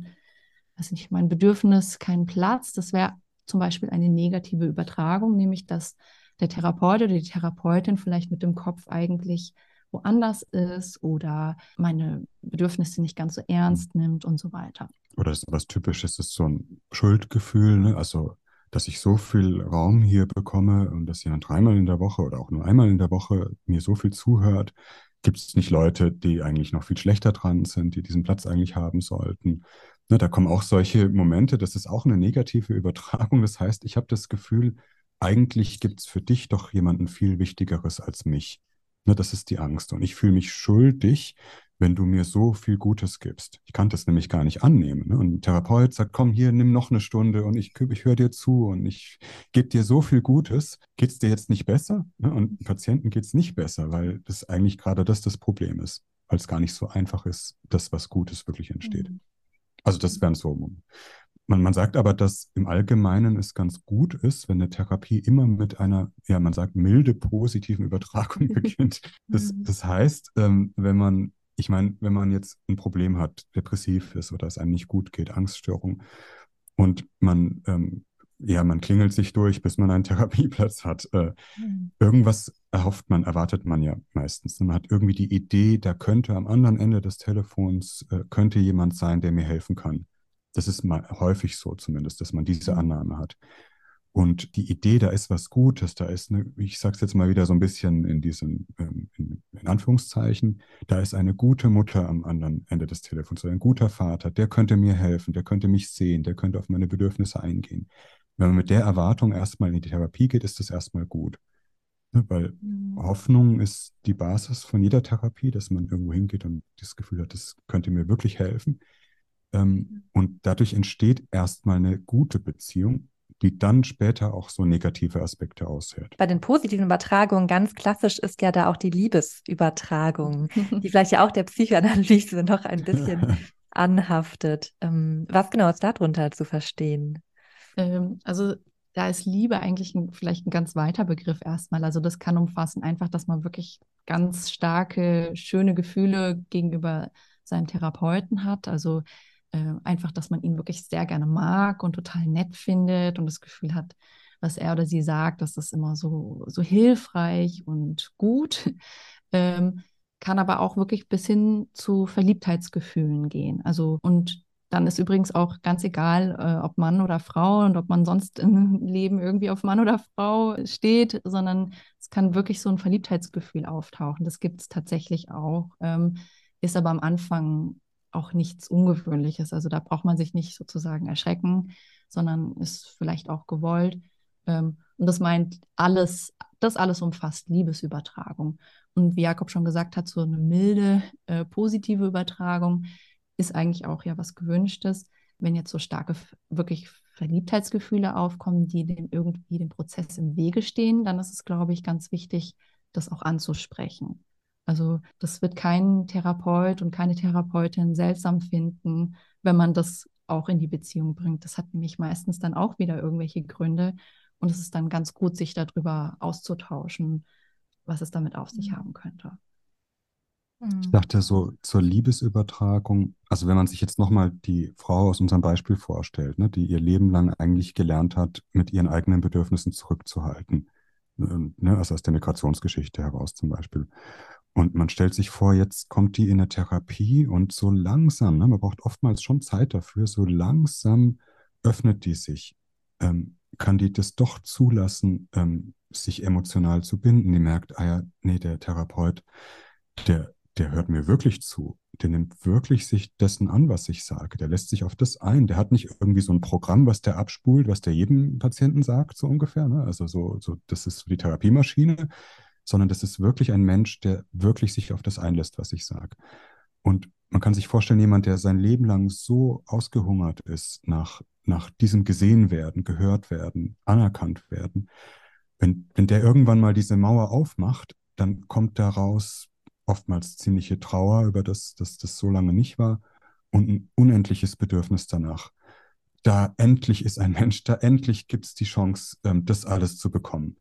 Bedürfnis keinen Platz. Das wäre zum Beispiel eine negative Übertragung, nämlich dass der Therapeut oder die Therapeutin vielleicht mit dem Kopf eigentlich woanders ist oder meine Bedürfnisse nicht ganz so ernst nimmt und so weiter. Oder das ist was Typisches, ist so ein Schuldgefühl, ne? Also dass ich so viel Raum hier bekomme und dass jemand dreimal in der Woche oder auch nur einmal in der Woche mir so viel zuhört, gibt es nicht Leute, die eigentlich noch viel schlechter dran sind, die diesen Platz eigentlich haben sollten. Ne, da kommen auch solche Momente, das ist auch eine negative Übertragung. Das heißt, ich habe das Gefühl, eigentlich gibt es für dich doch jemanden viel Wichtigeres als mich. Ne, das ist die Angst. Und ich fühle mich schuldig, wenn du mir so viel Gutes gibst. Ich kann das nämlich gar nicht annehmen. Ne? Und ein Therapeut sagt, komm hier, nimm noch eine Stunde und ich höre dir zu und ich gebe dir so viel Gutes. Geht es dir jetzt nicht besser? Ne? Und Patienten geht es nicht besser, weil das eigentlich gerade das Problem ist, weil es gar nicht so einfach ist, dass was Gutes wirklich entsteht. Also das wären so. Man sagt aber, dass im Allgemeinen es ganz gut ist, wenn eine Therapie immer mit einer, ja, man sagt, milde positiven Übertragung beginnt. Das heißt, wenn man jetzt ein Problem hat, depressiv ist oder es einem nicht gut geht, Angststörung, und man klingelt sich durch, bis man einen Therapieplatz hat. Irgendwas erwartet man ja meistens. Man hat irgendwie die Idee, da könnte am anderen Ende des Telefons könnte jemand sein, der mir helfen kann. Das ist mal häufig so zumindest, dass man diese Annahme hat. Und die Idee, da ist was Gutes, da ist ich sage es jetzt mal wieder so ein bisschen in Anführungszeichen, da ist eine gute Mutter am anderen Ende des Telefons, ein guter Vater, der könnte mir helfen, der könnte mich sehen, der könnte auf meine Bedürfnisse eingehen. Wenn man mit der Erwartung erstmal in die Therapie geht, ist das erstmal gut. Ne, weil Hoffnung ist die Basis von jeder Therapie, dass man irgendwo hingeht und das Gefühl hat, das könnte mir wirklich helfen. Und dadurch entsteht erstmal eine gute Beziehung, die dann später auch so negative Aspekte aushält. Bei den positiven Übertragungen ganz klassisch ist ja da auch die Liebesübertragung, die vielleicht ja auch der Psychoanalyse noch ein bisschen anhaftet. Was genau ist darunter zu verstehen? Also da ist Liebe eigentlich vielleicht ein ganz weiter Begriff erstmal. Also das kann umfassen einfach, dass man wirklich ganz starke, schöne Gefühle gegenüber seinem Therapeuten hat. Also einfach, dass man ihn wirklich sehr gerne mag und total nett findet und das Gefühl hat, was er oder sie sagt, dass das immer so hilfreich und gut. Kann aber auch wirklich bis hin zu Verliebtheitsgefühlen gehen. Also und dann ist übrigens auch ganz egal, ob Mann oder Frau und ob man sonst im Leben irgendwie auf Mann oder Frau steht, sondern es kann wirklich so ein Verliebtheitsgefühl auftauchen. Das gibt es tatsächlich auch, ist aber am Anfang auch nichts Ungewöhnliches. Also da braucht man sich nicht sozusagen erschrecken, sondern ist vielleicht auch gewollt. Und das meint alles, das alles umfasst Liebesübertragung. Und wie Jakob schon gesagt hat, so eine milde, positive Übertragung ist eigentlich auch ja was Gewünschtes. Wenn jetzt so starke, wirklich Verliebtheitsgefühle aufkommen, die dem irgendwie dem Prozess im Wege stehen, dann ist es, glaube ich, ganz wichtig, das auch anzusprechen. Also das wird kein Therapeut und keine Therapeutin seltsam finden, wenn man das auch in die Beziehung bringt. Das hat nämlich meistens dann auch wieder irgendwelche Gründe und es ist dann ganz gut, sich darüber auszutauschen, was es damit auf sich haben könnte. Ich dachte so zur Liebesübertragung, also wenn man sich jetzt nochmal die Frau aus unserem Beispiel vorstellt, ne, die ihr Leben lang eigentlich gelernt hat, mit ihren eigenen Bedürfnissen zurückzuhalten, ne, also aus der Migrationsgeschichte heraus zum Beispiel. Und man stellt sich vor, jetzt kommt die in eine Therapie und so langsam, ne, man braucht oftmals schon Zeit dafür, so langsam öffnet die sich, kann die das doch zulassen, sich emotional zu binden. Die merkt, ah ja, nee, der Therapeut, der hört mir wirklich zu. Der nimmt wirklich sich dessen an, was ich sage. Der lässt sich auf das ein. Der hat nicht irgendwie so ein Programm, was der abspult, was der jedem Patienten sagt, so ungefähr. Ne? Also das ist so die Therapiemaschine, sondern das ist wirklich ein Mensch, der wirklich sich auf das einlässt, was ich sage. Und man kann sich vorstellen, jemand, der sein Leben lang so ausgehungert ist nach diesem gesehen werden, gehört werden, anerkannt werden, wenn der irgendwann mal diese Mauer aufmacht, dann kommt daraus oftmals ziemliche Trauer über das, dass das so lange nicht war und ein unendliches Bedürfnis danach. Da endlich ist ein Mensch, da endlich gibt es die Chance, das alles zu bekommen.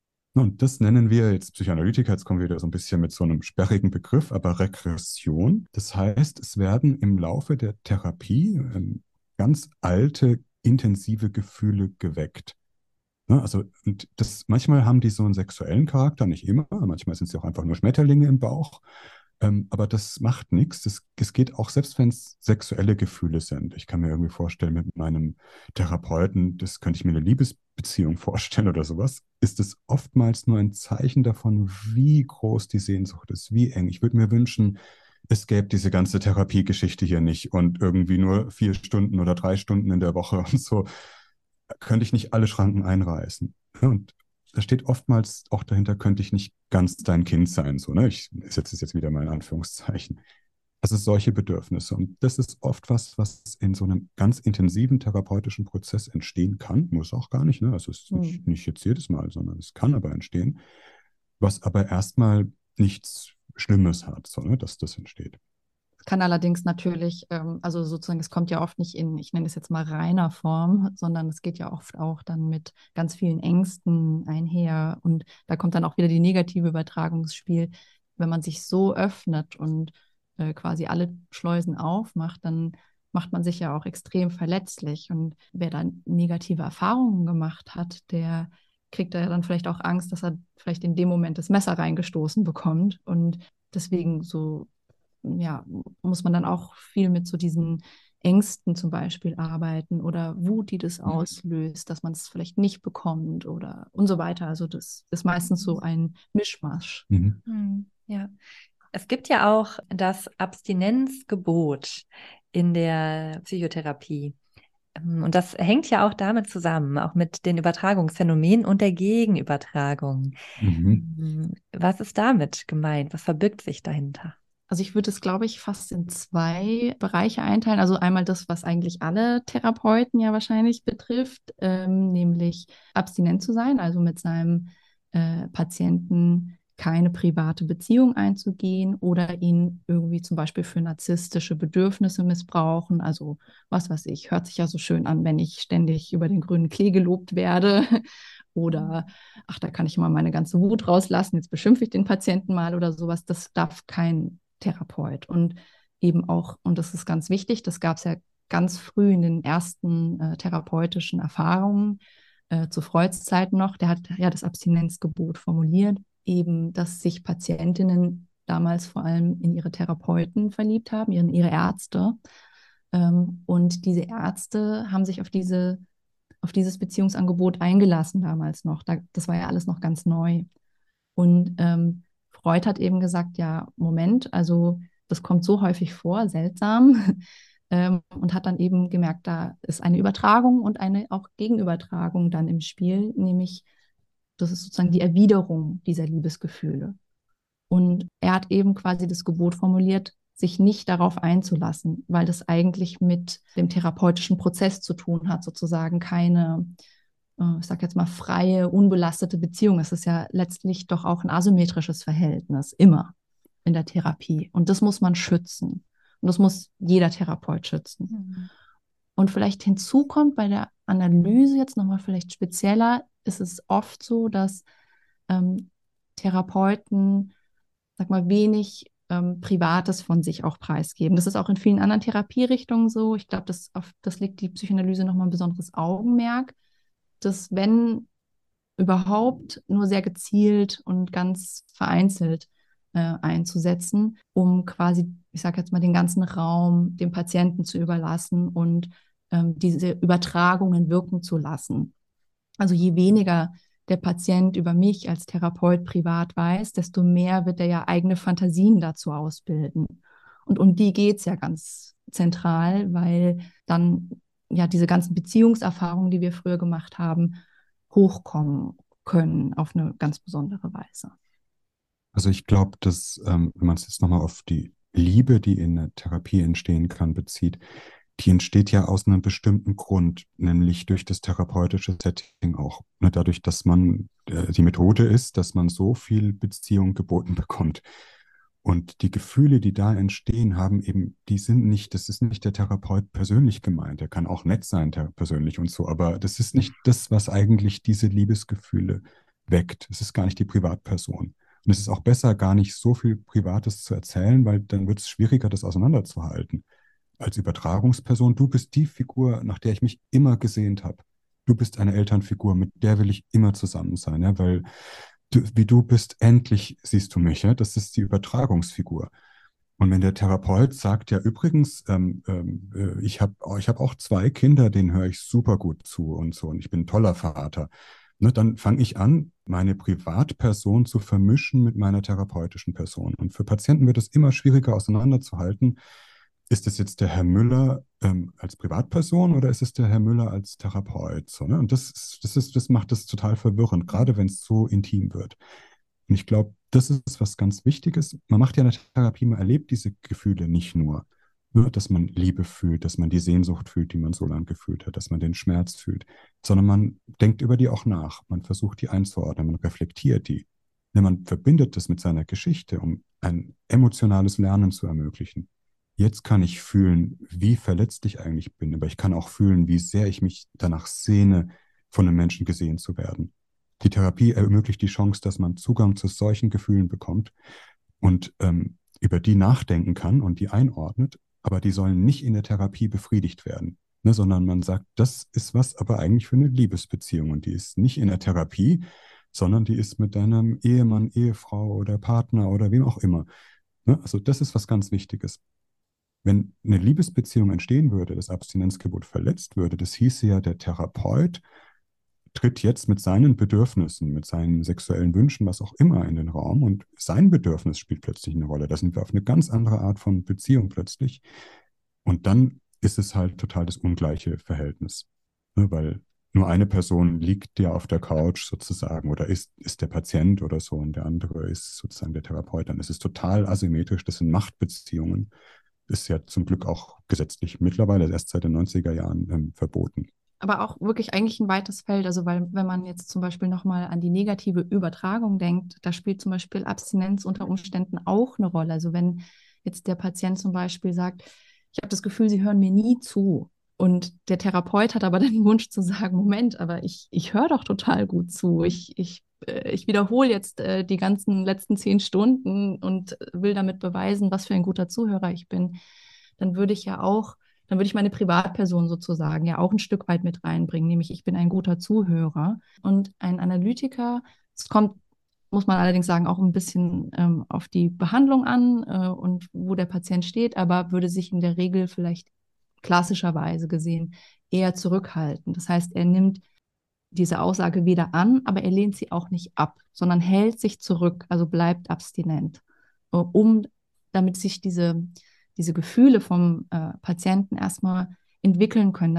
Und das nennen wir jetzt Psychoanalytiker, jetzt kommen wir wieder so ein bisschen mit so einem sperrigen Begriff, aber Regression. Das heißt, es werden im Laufe der Therapie ganz alte, intensive Gefühle geweckt. Ne, also und manchmal haben die so einen sexuellen Charakter, nicht immer, manchmal sind sie auch einfach nur Schmetterlinge im Bauch, aber das macht nichts. Es geht auch, selbst wenn es sexuelle Gefühle sind. Ich kann mir irgendwie vorstellen, mit meinem Therapeuten, das könnte ich mir eine Liebesbeziehung vorstellen oder sowas, ist es oftmals nur ein Zeichen davon, wie groß die Sehnsucht ist, wie eng. Ich würde mir wünschen, es gäbe diese ganze Therapiegeschichte hier nicht und irgendwie nur 4 Stunden oder 3 Stunden in der Woche und so könnte ich nicht alle Schranken einreißen. Und da steht oftmals auch dahinter, könnte ich nicht ganz dein Kind sein. So, ne? Ich setze es jetzt wieder mal in Anführungszeichen. Also solche Bedürfnisse. Und das ist oft was in so einem ganz intensiven therapeutischen Prozess entstehen kann. Muss auch gar nicht. Ne? Also es ist nicht jetzt jedes Mal, sondern es kann aber entstehen. Was aber erstmal nichts Schlimmes hat, so, ne? Dass das entsteht. Kann allerdings natürlich, also sozusagen, es kommt ja oft nicht in, ich nenne es jetzt mal reiner Form, sondern es geht ja oft auch dann mit ganz vielen Ängsten einher. Und da kommt dann auch wieder die negative Übertragung ins Spiel. Wenn man sich so öffnet und quasi alle Schleusen aufmacht, dann macht man sich ja auch extrem verletzlich. Und wer dann negative Erfahrungen gemacht hat, der kriegt da ja dann vielleicht auch Angst, dass er vielleicht in dem Moment das Messer reingestoßen bekommt. Und deswegen so ja, muss man dann auch viel mit so diesen Ängsten zum Beispiel arbeiten oder Wut, die das auslöst, dass man es vielleicht nicht bekommt oder und so weiter. Also das ist meistens so ein Mischmasch. Ja, es gibt ja auch das Abstinenzgebot in der Psychotherapie. Und das hängt ja auch damit zusammen, auch mit den Übertragungsphänomenen und der Gegenübertragung. Mhm. Was ist damit gemeint? Was verbirgt sich dahinter? Also ich würde es, glaube ich, fast in zwei Bereiche einteilen. Also einmal das, was eigentlich alle Therapeuten ja wahrscheinlich betrifft, nämlich abstinent zu sein, also mit seinem Patienten keine private Beziehung einzugehen oder ihn irgendwie zum Beispiel für narzisstische Bedürfnisse missbrauchen. Also was weiß ich, hört sich ja so schön an, wenn ich ständig über den grünen Klee gelobt werde. Oder, ach, da kann ich immer meine ganze Wut rauslassen, jetzt beschimpfe ich den Patienten mal oder sowas. Das darf kein Therapeut. Und eben auch, und das ist ganz wichtig, das gab es ja ganz früh in den ersten therapeutischen Erfahrungen, zu Freuds Zeiten noch, der hat ja das Abstinenzgebot formuliert, eben, dass sich Patientinnen damals vor allem in ihre Therapeuten verliebt haben, in ihre Ärzte. Und diese Ärzte haben sich auf dieses Beziehungsangebot eingelassen damals noch. Das war ja alles noch ganz neu. Und Freud hat eben gesagt, ja, Moment, also das kommt so häufig vor, seltsam. Und hat dann eben gemerkt, da ist eine Übertragung und eine auch Gegenübertragung dann im Spiel, nämlich das ist sozusagen die Erwiderung dieser Liebesgefühle. Und er hat eben quasi das Gebot formuliert, sich nicht darauf einzulassen, weil das eigentlich mit dem therapeutischen Prozess zu tun hat, sozusagen keine, ich sage jetzt mal, freie, unbelastete Beziehung. Es ist ja letztlich doch auch ein asymmetrisches Verhältnis, immer in der Therapie. Und das muss man schützen. Und das muss jeder Therapeut schützen. Mhm. Und vielleicht hinzu kommt bei der Analyse jetzt nochmal vielleicht spezieller, ist es oft so, dass Therapeuten, sag mal, wenig Privates von sich auch preisgeben. Das ist auch in vielen anderen Therapierichtungen so. Ich glaube, das legt die Psychoanalyse nochmal ein besonderes Augenmerk, dass wenn überhaupt nur sehr gezielt und ganz vereinzelt einzusetzen, um quasi, ich sage jetzt mal, den ganzen Raum dem Patienten zu überlassen und diese Übertragungen wirken zu lassen. Also je weniger der Patient über mich als Therapeut privat weiß, desto mehr wird er ja eigene Fantasien dazu ausbilden. Und um die geht es ja ganz zentral, weil dann ja diese ganzen Beziehungserfahrungen, die wir früher gemacht haben, hochkommen können auf eine ganz besondere Weise. Also ich glaube, dass, wenn man es jetzt nochmal auf die Liebe, die in der Therapie entstehen kann, bezieht, die entsteht ja aus einem bestimmten Grund, nämlich durch das therapeutische Setting auch. Ne, dadurch, dass man die Methode ist, dass man so viel Beziehung geboten bekommt. Und die Gefühle, die da entstehen, das ist nicht der Therapeut persönlich gemeint. Der kann auch nett sein, persönlich und so, aber das ist nicht das, was eigentlich diese Liebesgefühle weckt. Es ist gar nicht die Privatperson. Und es ist auch besser, gar nicht so viel Privates zu erzählen, weil dann wird es schwieriger, das auseinanderzuhalten. Als Übertragungsperson, du bist die Figur, nach der ich mich immer gesehnt habe. Du bist eine Elternfigur, mit der will ich immer zusammen sein, ja, weil wie du bist, endlich siehst du mich, ja, das ist die Übertragungsfigur. Und wenn der Therapeut sagt, ja, übrigens, ich hab auch 2 Kinder, denen höre ich super gut zu und so, und ich bin ein toller Vater, ne, dann fange ich an, meine Privatperson zu vermischen mit meiner therapeutischen Person. Und für Patienten wird es immer schwieriger auseinanderzuhalten. Ist es jetzt der Herr Müller als Privatperson oder ist es der Herr Müller als Therapeut? So, ne? Und das macht es total verwirrend, gerade wenn es so intim wird. Und ich glaube, das ist was ganz Wichtiges. Man macht ja in der Therapie, man erlebt diese Gefühle nicht nur, ne, dass man Liebe fühlt, dass man die Sehnsucht fühlt, die man so lange gefühlt hat, dass man den Schmerz fühlt, sondern man denkt über die auch nach. Man versucht, die einzuordnen, man reflektiert die. Ne, man verbindet das mit seiner Geschichte, um ein emotionales Lernen zu ermöglichen. Jetzt kann ich fühlen, wie verletzt ich eigentlich bin, aber ich kann auch fühlen, wie sehr ich mich danach sehne, von einem Menschen gesehen zu werden. Die Therapie ermöglicht die Chance, dass man Zugang zu solchen Gefühlen bekommt und über die nachdenken kann und die einordnet, aber die sollen nicht in der Therapie befriedigt werden, ne, sondern man sagt, das ist was aber eigentlich für eine Liebesbeziehung und die ist nicht in der Therapie, sondern die ist mit deinem Ehemann, Ehefrau oder Partner oder wem auch immer. Ne? Also das ist was ganz Wichtiges. Wenn eine Liebesbeziehung entstehen würde, das Abstinenzgebot verletzt würde, das hieße ja, der Therapeut tritt jetzt mit seinen Bedürfnissen, mit seinen sexuellen Wünschen, was auch immer, in den Raum und sein Bedürfnis spielt plötzlich eine Rolle. Da sind wir auf eine ganz andere Art von Beziehung plötzlich. Und dann ist es halt total das ungleiche Verhältnis. Ne, weil nur eine Person liegt ja auf der Couch sozusagen oder ist der Patient oder so und der andere ist sozusagen der Therapeut. Dann ist es total asymmetrisch. Das sind Machtbeziehungen. Ist ja zum Glück auch gesetzlich mittlerweile erst seit den 90er Jahren verboten. Aber auch wirklich eigentlich ein weites Feld. Also, weil, wenn man jetzt zum Beispiel nochmal an die negative Übertragung denkt, da spielt zum Beispiel Abstinenz unter Umständen auch eine Rolle. Also, wenn jetzt der Patient zum Beispiel sagt, ich habe das Gefühl, Sie hören mir nie zu. Und der Therapeut hat aber den Wunsch zu sagen, Moment, aber ich höre doch total gut zu. Ich wiederhole jetzt die ganzen letzten 10 Stunden und will damit beweisen, was für ein guter Zuhörer ich bin. Dann würde ich ja auch dann würde ich meine Privatperson sozusagen ja auch ein Stück weit mit reinbringen, nämlich ich bin ein guter Zuhörer. Und ein Analytiker, es kommt, muss man allerdings sagen, auch ein bisschen auf die Behandlung an und wo der Patient steht, aber würde sich in der Regel vielleicht klassischerweise gesehen eher zurückhalten. Das heißt, er nimmt diese Aussage weder an, aber er lehnt sie auch nicht ab, sondern hält sich zurück, also bleibt abstinent, damit sich diese Gefühle vom Patienten erstmal entwickeln können,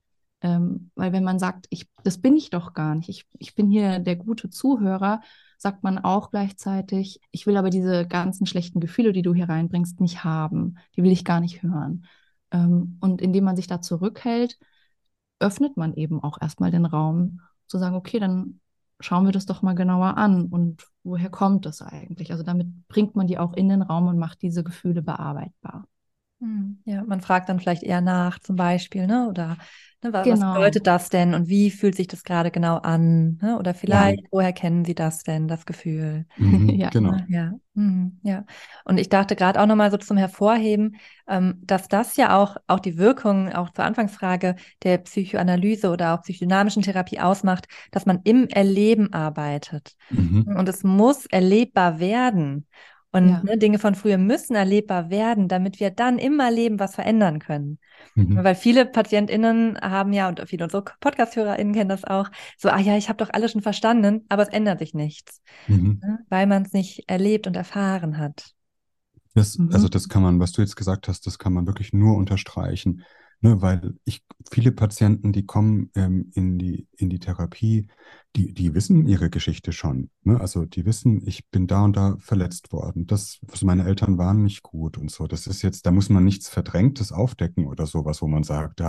weil wenn man sagt, das bin ich doch gar nicht, ich bin hier der gute Zuhörer, sagt man auch gleichzeitig, ich will aber diese ganzen schlechten Gefühle, die du hier reinbringst, nicht haben, die will ich gar nicht hören. Und indem man sich da zurückhält, öffnet man eben auch erstmal den Raum, zu sagen, okay, dann schauen wir das doch mal genauer an und woher kommt das eigentlich? Also damit bringt man die auch in den Raum und macht diese Gefühle bearbeitbar. Ja, man fragt dann vielleicht eher nach, zum Beispiel, ne? Oder ne, was Genau. bedeutet das denn und wie fühlt sich das gerade genau an? Ne? Oder vielleicht, woher kennen Sie das denn, das Gefühl? Ja. Genau. Ja, ja. Und ich dachte gerade auch nochmal so zum Hervorheben, dass das ja auch die Wirkung, auch zur Anfangsfrage der Psychoanalyse oder auch psychodynamischen Therapie ausmacht, dass man im Erleben arbeitet. Und es muss erlebbar werden. Und Ja. ne, Dinge von früher müssen erlebbar werden, damit wir dann im Erleben was verändern können. Weil viele PatientInnen haben ja, und viele unserer Podcast-HörerInnen kennen das auch, so, ja, ich habe doch alles schon verstanden, aber es ändert sich nichts, ne, weil man es nicht erlebt und erfahren hat. Also das kann man, was du jetzt gesagt hast, das kann man wirklich nur unterstreichen, ne, weil viele Patienten, die kommen in die Therapie, die wissen ihre Geschichte schon, ne? Also die wissen, ich bin da und da verletzt worden, meine Eltern waren nicht gut und so. Das ist jetzt, da muss man nichts Verdrängtes aufdecken oder sowas, wo man sagt,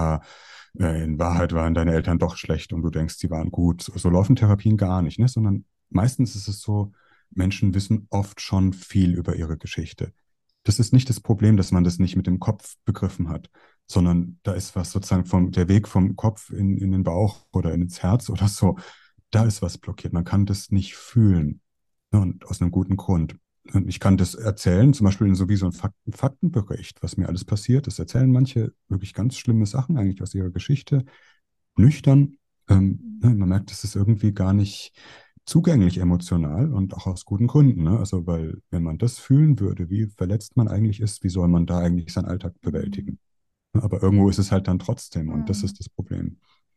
in Wahrheit waren deine Eltern doch schlecht und du denkst, sie waren gut. So laufen Therapien gar nicht, ne? Sondern meistens ist es so, Menschen wissen oft schon viel über ihre Geschichte. Das ist nicht das Problem, dass man das nicht mit dem Kopf begriffen hat, sondern da ist was sozusagen der Weg vom Kopf in den Bauch oder ins Herz oder so, da ist was blockiert. Man kann das nicht fühlen, ne, und aus einem guten Grund. Und ich kann das erzählen, zum Beispiel in so wie so ein Faktenbericht, was mir alles passiert. Das erzählen manche wirklich ganz schlimme Sachen eigentlich aus ihrer Geschichte, nüchtern. Ne, man merkt, das ist irgendwie gar nicht zugänglich emotional und auch aus guten Gründen. Ne? Also, weil wenn man das fühlen würde, wie verletzt man eigentlich ist, wie soll man da eigentlich seinen Alltag bewältigen? Aber irgendwo ist es halt dann trotzdem und das ist das Problem.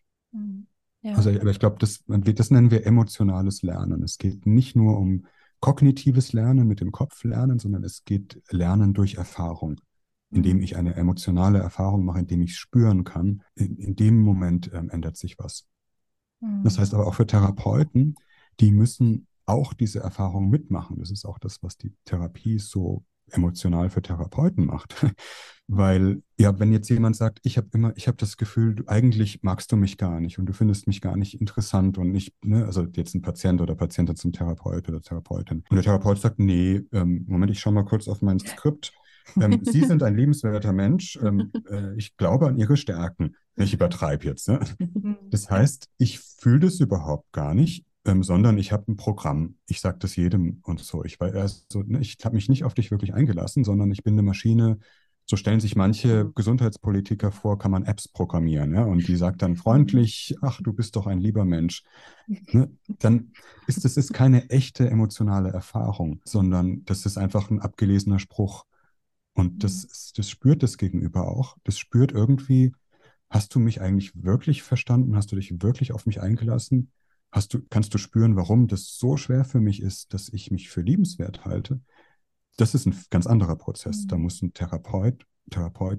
Ja. Also, aber ich glaube, das nennen wir emotionales Lernen. Es geht nicht nur um kognitives Lernen mit dem Kopf lernen, sondern es geht Lernen durch Erfahrung, indem ich eine emotionale Erfahrung mache, indem ich es spüren kann. In dem Moment ändert sich was. Das heißt aber auch für Therapeuten, die müssen auch diese Erfahrung mitmachen. Das ist auch das, was die Therapie so emotional für Therapeuten macht. Weil, ja, wenn jetzt jemand sagt, ich habe das Gefühl, eigentlich magst du mich gar nicht und du findest mich gar nicht interessant und nicht, ne, also jetzt ein Patient oder Patientin zum Therapeut oder Therapeutin. Und der Therapeut sagt, nee, Moment, ich schaue mal kurz auf mein Skript. Sie sind ein liebenswerter Mensch. Ich glaube an Ihre Stärken. Ich übertreibe jetzt. Ne? Das heißt, ich fühle das überhaupt gar nicht, sondern ich habe ein Programm. Ich sage das jedem und so. Ich habe mich nicht auf dich wirklich eingelassen, sondern ich bin eine Maschine. So stellen sich manche Gesundheitspolitiker vor, kann man Apps programmieren. Ja? Und die sagt dann freundlich, ach, du bist doch ein lieber Mensch. Ne? Dann ist es keine echte emotionale Erfahrung, sondern das ist einfach ein abgelesener Spruch. Und das spürt das Gegenüber auch. Das spürt irgendwie, hast du mich eigentlich wirklich verstanden? Hast du dich wirklich auf mich eingelassen? Kannst du spüren, warum das so schwer für mich ist, dass ich mich für liebenswert halte? Das ist ein ganz anderer Prozess. Da muss ein Therapeutin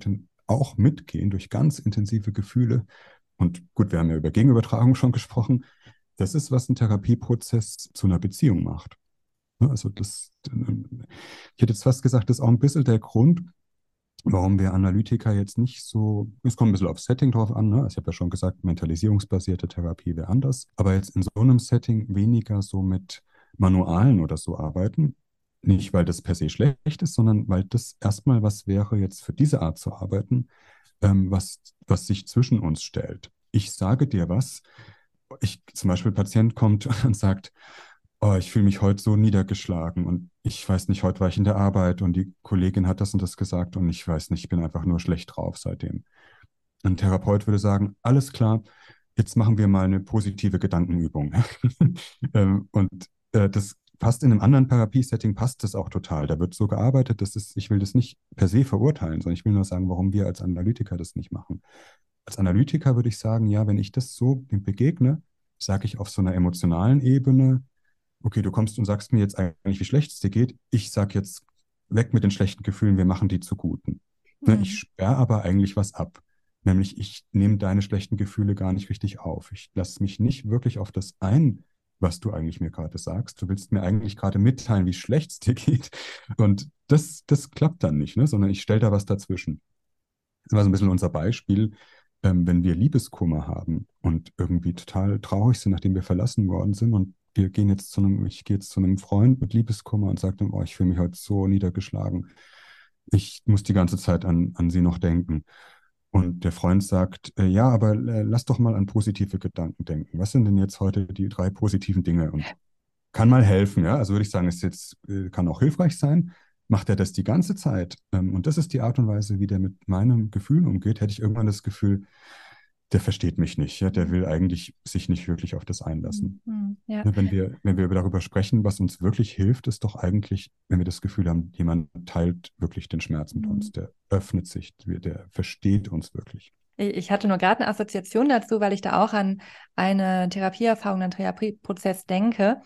auch mitgehen durch ganz intensive Gefühle. Und gut, wir haben ja über Gegenübertragung schon gesprochen. Das ist, was ein Therapieprozess zu einer Beziehung macht. Also ich hätte jetzt fast gesagt, das ist auch ein bisschen der Grund, warum wir Analytiker jetzt nicht so, es kommt ein bisschen aufs Setting drauf an, ne? Also ich habe ja schon gesagt, mentalisierungsbasierte Therapie wäre anders, aber jetzt in so einem Setting weniger so mit Manualen oder so arbeiten. Nicht, weil das per se schlecht ist, sondern weil das erstmal was wäre, jetzt für diese Art zu arbeiten, was sich zwischen uns stellt. Ich sage dir was, zum Beispiel ein Patient kommt und sagt, oh, ich fühle mich heute so niedergeschlagen und ich weiß nicht, heute war ich in der Arbeit und die Kollegin hat das und das gesagt und ich weiß nicht, ich bin einfach nur schlecht drauf seitdem. Ein Therapeut würde sagen, alles klar, jetzt machen wir mal eine positive Gedankenübung. Das passt in einem anderen Therapiesetting, passt das auch total. Da wird so gearbeitet, ich will das nicht per se verurteilen, sondern ich will nur sagen, warum wir als Analytiker das nicht machen. Als Analytiker würde ich sagen, ja, wenn ich das so begegne, sage ich auf so einer emotionalen Ebene, okay, du kommst und sagst mir jetzt eigentlich, wie schlecht es dir geht. Ich sage jetzt, weg mit den schlechten Gefühlen, wir machen die zu guten. Ne, ich sperre aber eigentlich was ab. Nämlich, ich nehme deine schlechten Gefühle gar nicht richtig auf. Ich lasse mich nicht wirklich auf das ein, was du eigentlich mir gerade sagst. Du willst mir eigentlich gerade mitteilen, wie schlecht es dir geht. Und das klappt dann nicht, ne? Sondern ich stelle da was dazwischen. Das war so ein bisschen unser Beispiel, wenn wir Liebeskummer haben und irgendwie total traurig sind, nachdem wir verlassen worden sind und ich gehe jetzt zu einem Freund mit Liebeskummer und sage ihm, oh, ich fühle mich heute so niedergeschlagen. Ich muss die ganze Zeit an sie noch denken. Und der Freund sagt, ja, aber lass doch mal an positive Gedanken denken. Was sind denn jetzt heute die 3 positiven Dinge? Und kann mal helfen, ja. Also würde ich sagen, kann auch hilfreich sein. Macht er das die ganze Zeit? Und das ist die Art und Weise, wie der mit meinem Gefühl umgeht, hätte ich irgendwann das Gefühl, der versteht mich nicht, ja, der will eigentlich sich nicht wirklich auf das einlassen. Ja. Ne, wenn wir darüber sprechen, was uns wirklich hilft, ist doch eigentlich, wenn wir das Gefühl haben, jemand teilt wirklich den Schmerz mit uns, der öffnet sich, der versteht uns wirklich. Ich hatte nur gerade eine Assoziation dazu, weil ich da auch an eine Therapieerfahrung, einen Therapieprozess denke,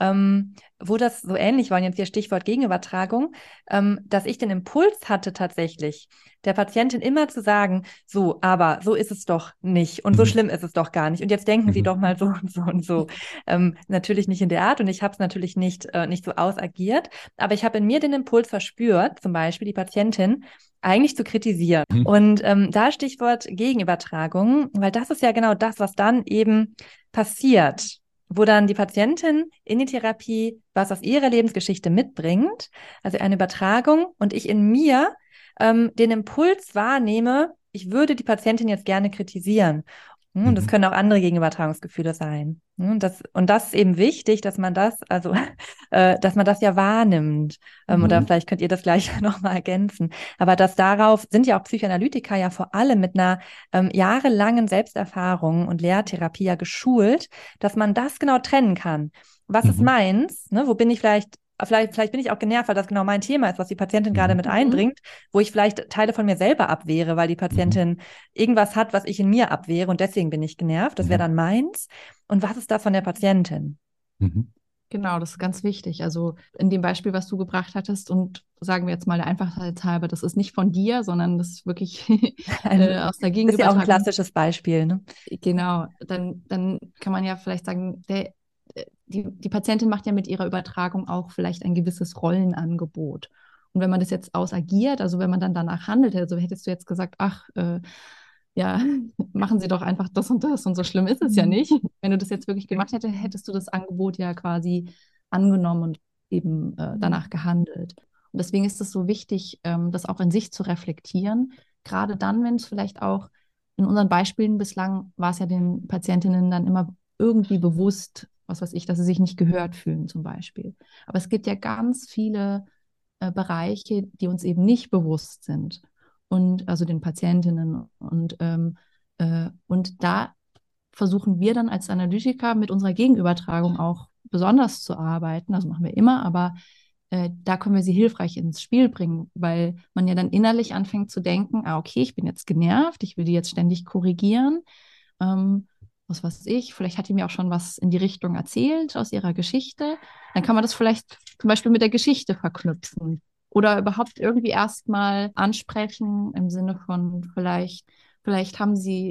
wo das so ähnlich war, und jetzt hier Stichwort Gegenübertragung, dass ich den Impuls hatte tatsächlich, der Patientin immer zu sagen, so, aber so ist es doch nicht und so schlimm ist es doch gar nicht und jetzt denken Sie doch mal so und so und so. Natürlich nicht in der Art und ich habe es natürlich nicht so ausagiert, aber ich habe in mir den Impuls verspürt, zum Beispiel die Patientin eigentlich zu kritisieren. Und da Stichwort Gegenübertragung, weil das ist ja genau das, was dann eben passiert, wo dann die Patientin in die Therapie was aus ihrer Lebensgeschichte mitbringt, also eine Übertragung und ich in mir den Impuls wahrnehme, ich würde die Patientin jetzt gerne kritisieren. Und das können auch andere Gegenübertragungsgefühle sein. Und das ist eben wichtig, dass man das, dass man das ja wahrnimmt. Oder vielleicht könnt ihr das gleich nochmal ergänzen. Aber darauf sind ja auch Psychoanalytiker ja vor allem mit einer jahrelangen Selbsterfahrung und Lehrtherapie ja geschult, dass man das genau trennen kann. Was ist meins? Ne? Wo bin ich vielleicht bin ich auch genervt, weil das genau mein Thema ist, was die Patientin gerade mit einbringt, wo ich vielleicht Teile von mir selber abwehre, weil die Patientin irgendwas hat, was ich in mir abwehre und deswegen bin ich genervt. Das wäre dann meins. Und was ist das von der Patientin? Genau, das ist ganz wichtig. Also in dem Beispiel, was du gebracht hattest und sagen wir jetzt mal der Einfachheit halber, das ist nicht von dir, sondern das ist wirklich aus der Gegenübertragung. Ist ja auch ein klassisches Beispiel, ne? Genau, dann kann man ja vielleicht sagen, die Patientin macht ja mit ihrer Übertragung auch vielleicht ein gewisses Rollenangebot. Und wenn man das jetzt ausagiert, also wenn man dann danach handelt, also hättest du jetzt gesagt, ach, ja, machen Sie doch einfach das und so schlimm ist es ja nicht. Wenn du das jetzt wirklich gemacht hättest, hättest du das Angebot ja quasi angenommen und eben danach gehandelt. Und deswegen ist es so wichtig, das auch in sich zu reflektieren, gerade dann, wenn es vielleicht auch in unseren Beispielen bislang war es ja den Patientinnen dann immer irgendwie bewusst, was weiß ich, dass sie sich nicht gehört fühlen zum Beispiel. Aber es gibt ja ganz viele Bereiche, die uns eben nicht bewusst sind. Und also den Patientinnen. Und da versuchen wir dann als Analytiker mit unserer Gegenübertragung auch besonders zu arbeiten. Das machen wir immer, aber da können wir sie hilfreich ins Spiel bringen, weil man ja dann innerlich anfängt zu denken, okay, ich bin jetzt genervt, ich will die jetzt ständig korrigieren. Was weiß ich, vielleicht hat die mir auch schon was in die Richtung erzählt aus ihrer Geschichte. Dann kann man das vielleicht zum Beispiel mit der Geschichte verknüpfen. Oder überhaupt irgendwie erstmal ansprechen im Sinne von vielleicht haben sie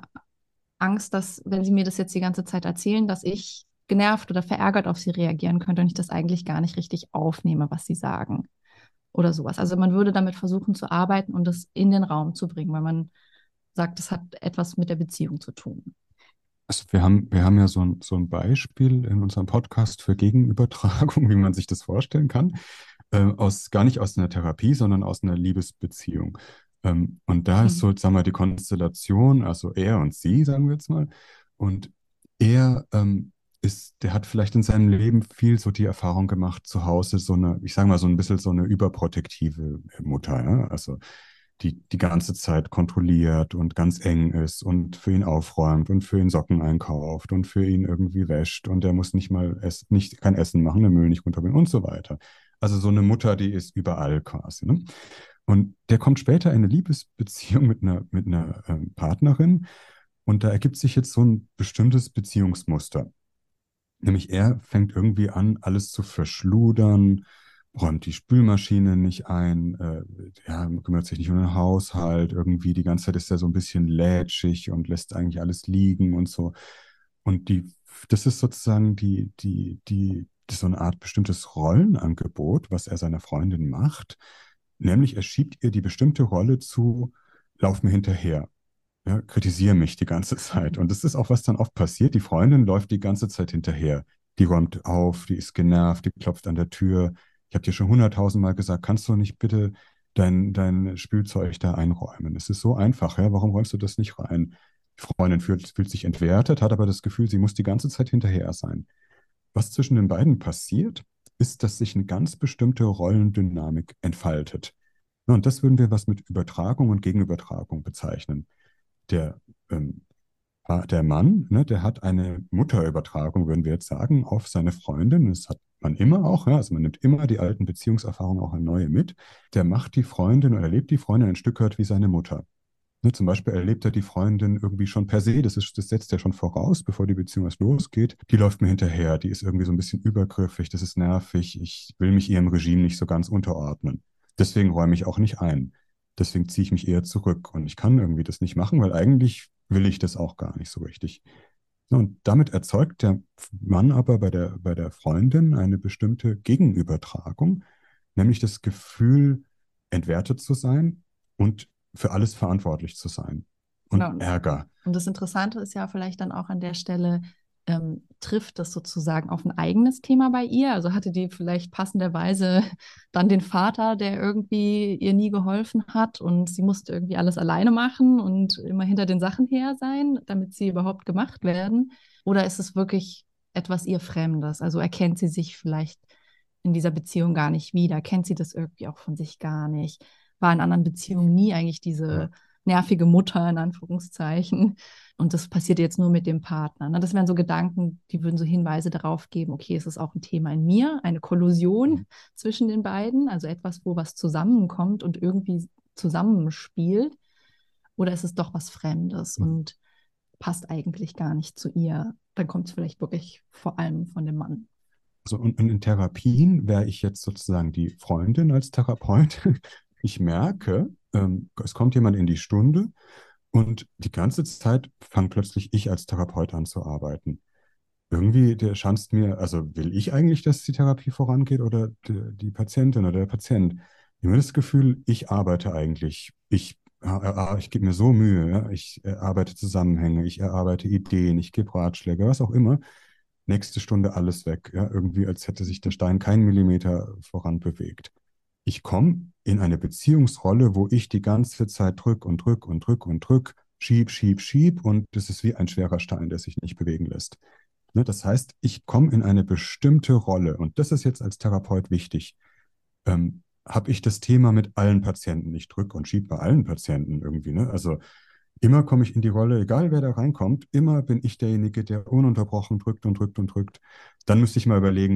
Angst, dass, wenn sie mir das jetzt die ganze Zeit erzählen, dass ich genervt oder verärgert auf sie reagieren könnte und ich das eigentlich gar nicht richtig aufnehme, was sie sagen oder sowas. Also man würde damit versuchen zu arbeiten und das in den Raum zu bringen, weil man sagt, das hat etwas mit der Beziehung zu tun. Also wir haben ja so ein Beispiel in unserem Podcast für Gegenübertragung, wie man sich das vorstellen kann, gar nicht aus einer Therapie, sondern aus einer Liebesbeziehung. Und da ist so, sagen wir, die Konstellation, also er und sie, sagen wir jetzt mal. Und er der hat vielleicht in seinem Leben viel so die Erfahrung gemacht, zu Hause so eine, ich sage mal, so ein bisschen so eine überprotektive Mutter, ja? Also die ganze Zeit kontrolliert und ganz eng ist und für ihn aufräumt und für ihn Socken einkauft und für ihn irgendwie wäscht und der muss nicht mal kein Essen machen, den Müll nicht runterbringen und so weiter. Also so eine Mutter, die ist überall quasi. Ne? Und der kommt später in eine Liebesbeziehung mit einer Partnerin und da ergibt sich jetzt so ein bestimmtes Beziehungsmuster. Nämlich er fängt irgendwie an, alles zu verschludern, räumt die Spülmaschine nicht ein, ja, kümmert sich nicht um den Haushalt, irgendwie die ganze Zeit ist er so ein bisschen lätschig und lässt eigentlich alles liegen und so. Und das ist sozusagen das ist so eine Art bestimmtes Rollenangebot, was er seiner Freundin macht. Nämlich er schiebt ihr die bestimmte Rolle zu, lauf mir hinterher. Ja, kritisiere mich die ganze Zeit. Und das ist auch, was dann oft passiert. Die Freundin läuft die ganze Zeit hinterher. Die räumt auf, die ist genervt, die klopft an der Tür. Ich habe dir schon 100.000 Mal gesagt, kannst du nicht bitte dein Spielzeug da einräumen? Es ist so einfach, ja? Warum räumst du das nicht rein? Die Freundin fühlt sich entwertet, hat aber das Gefühl, sie muss die ganze Zeit hinterher sein. Was zwischen den beiden passiert, ist, dass sich eine ganz bestimmte Rollendynamik entfaltet. Ja, und das würden wir was mit Übertragung und Gegenübertragung bezeichnen. Der, ähm, der Mann, ne, der hat eine Mutterübertragung, würden wir jetzt sagen, auf seine Freundin. Das hat man immer auch, ja, also man nimmt immer die alten Beziehungserfahrungen auch an neue mit. Der macht die Freundin oder erlebt die Freundin ein Stück weit wie seine Mutter. Ne, zum Beispiel erlebt er die Freundin irgendwie schon per se, das setzt er schon voraus, bevor die Beziehung erst losgeht. Die läuft mir hinterher, die ist irgendwie so ein bisschen übergriffig, das ist nervig, ich will mich ihrem Regime nicht so ganz unterordnen. Deswegen räume ich auch nicht ein. Deswegen ziehe ich mich eher zurück und ich kann irgendwie das nicht machen, weil eigentlich will ich das auch gar nicht so richtig. So, und damit erzeugt der Mann aber bei der Freundin eine bestimmte Gegenübertragung, nämlich das Gefühl, entwertet zu sein und für alles verantwortlich zu sein. Und Genau. Ärger. Und das Interessante ist ja vielleicht dann auch an der Stelle, trifft das sozusagen auf ein eigenes Thema bei ihr? Also hatte die vielleicht passenderweise dann den Vater, der irgendwie ihr nie geholfen hat und sie musste irgendwie alles alleine machen und immer hinter den Sachen her sein, damit sie überhaupt gemacht werden? Oder ist es wirklich etwas ihr Fremdes? Also erkennt sie sich vielleicht in dieser Beziehung gar nicht wieder? Kennt sie das irgendwie auch von sich gar nicht? War in anderen Beziehungen nie eigentlich diese nervige Mutter in Anführungszeichen? Und das passiert jetzt nur mit dem Partner. Ne? Das wären so Gedanken, die würden so Hinweise darauf geben, okay, es ist auch ein Thema in mir, eine Kollusion zwischen den beiden, also etwas, wo was zusammenkommt und irgendwie zusammenspielt. Oder ist es doch was Fremdes und passt eigentlich gar nicht zu ihr? Dann kommt es vielleicht wirklich vor allem von dem Mann. Also, und in Therapien wäre ich jetzt sozusagen die Freundin als Therapeut. Ich merke, es kommt jemand in die Stunde und die ganze Zeit fange plötzlich ich als Therapeut an zu arbeiten. Irgendwie, der schanzt mir, also will ich eigentlich, dass die Therapie vorangeht oder die Patientin oder der Patient? Ich habe das Gefühl, ich arbeite eigentlich. Ich gebe mir so Mühe, ja? Ich erarbeite Zusammenhänge, ich erarbeite Ideen, ich gebe Ratschläge, was auch immer. Nächste Stunde alles weg, ja? Irgendwie, als hätte sich der Stein keinen Millimeter voran bewegt. Ich komme in eine Beziehungsrolle, wo ich die ganze Zeit drück und drück und drück und drück, schieb und das ist wie ein schwerer Stein, der sich nicht bewegen lässt. Ne, das heißt, ich komme in eine bestimmte Rolle und das ist jetzt als Therapeut wichtig. Habe ich das Thema mit allen Patienten, ich drück und schieb bei allen Patienten irgendwie, ne? Also immer komme ich in die Rolle, egal wer da reinkommt, immer bin ich derjenige, der ununterbrochen drückt und drückt und drückt. Dann müsste ich mal überlegen,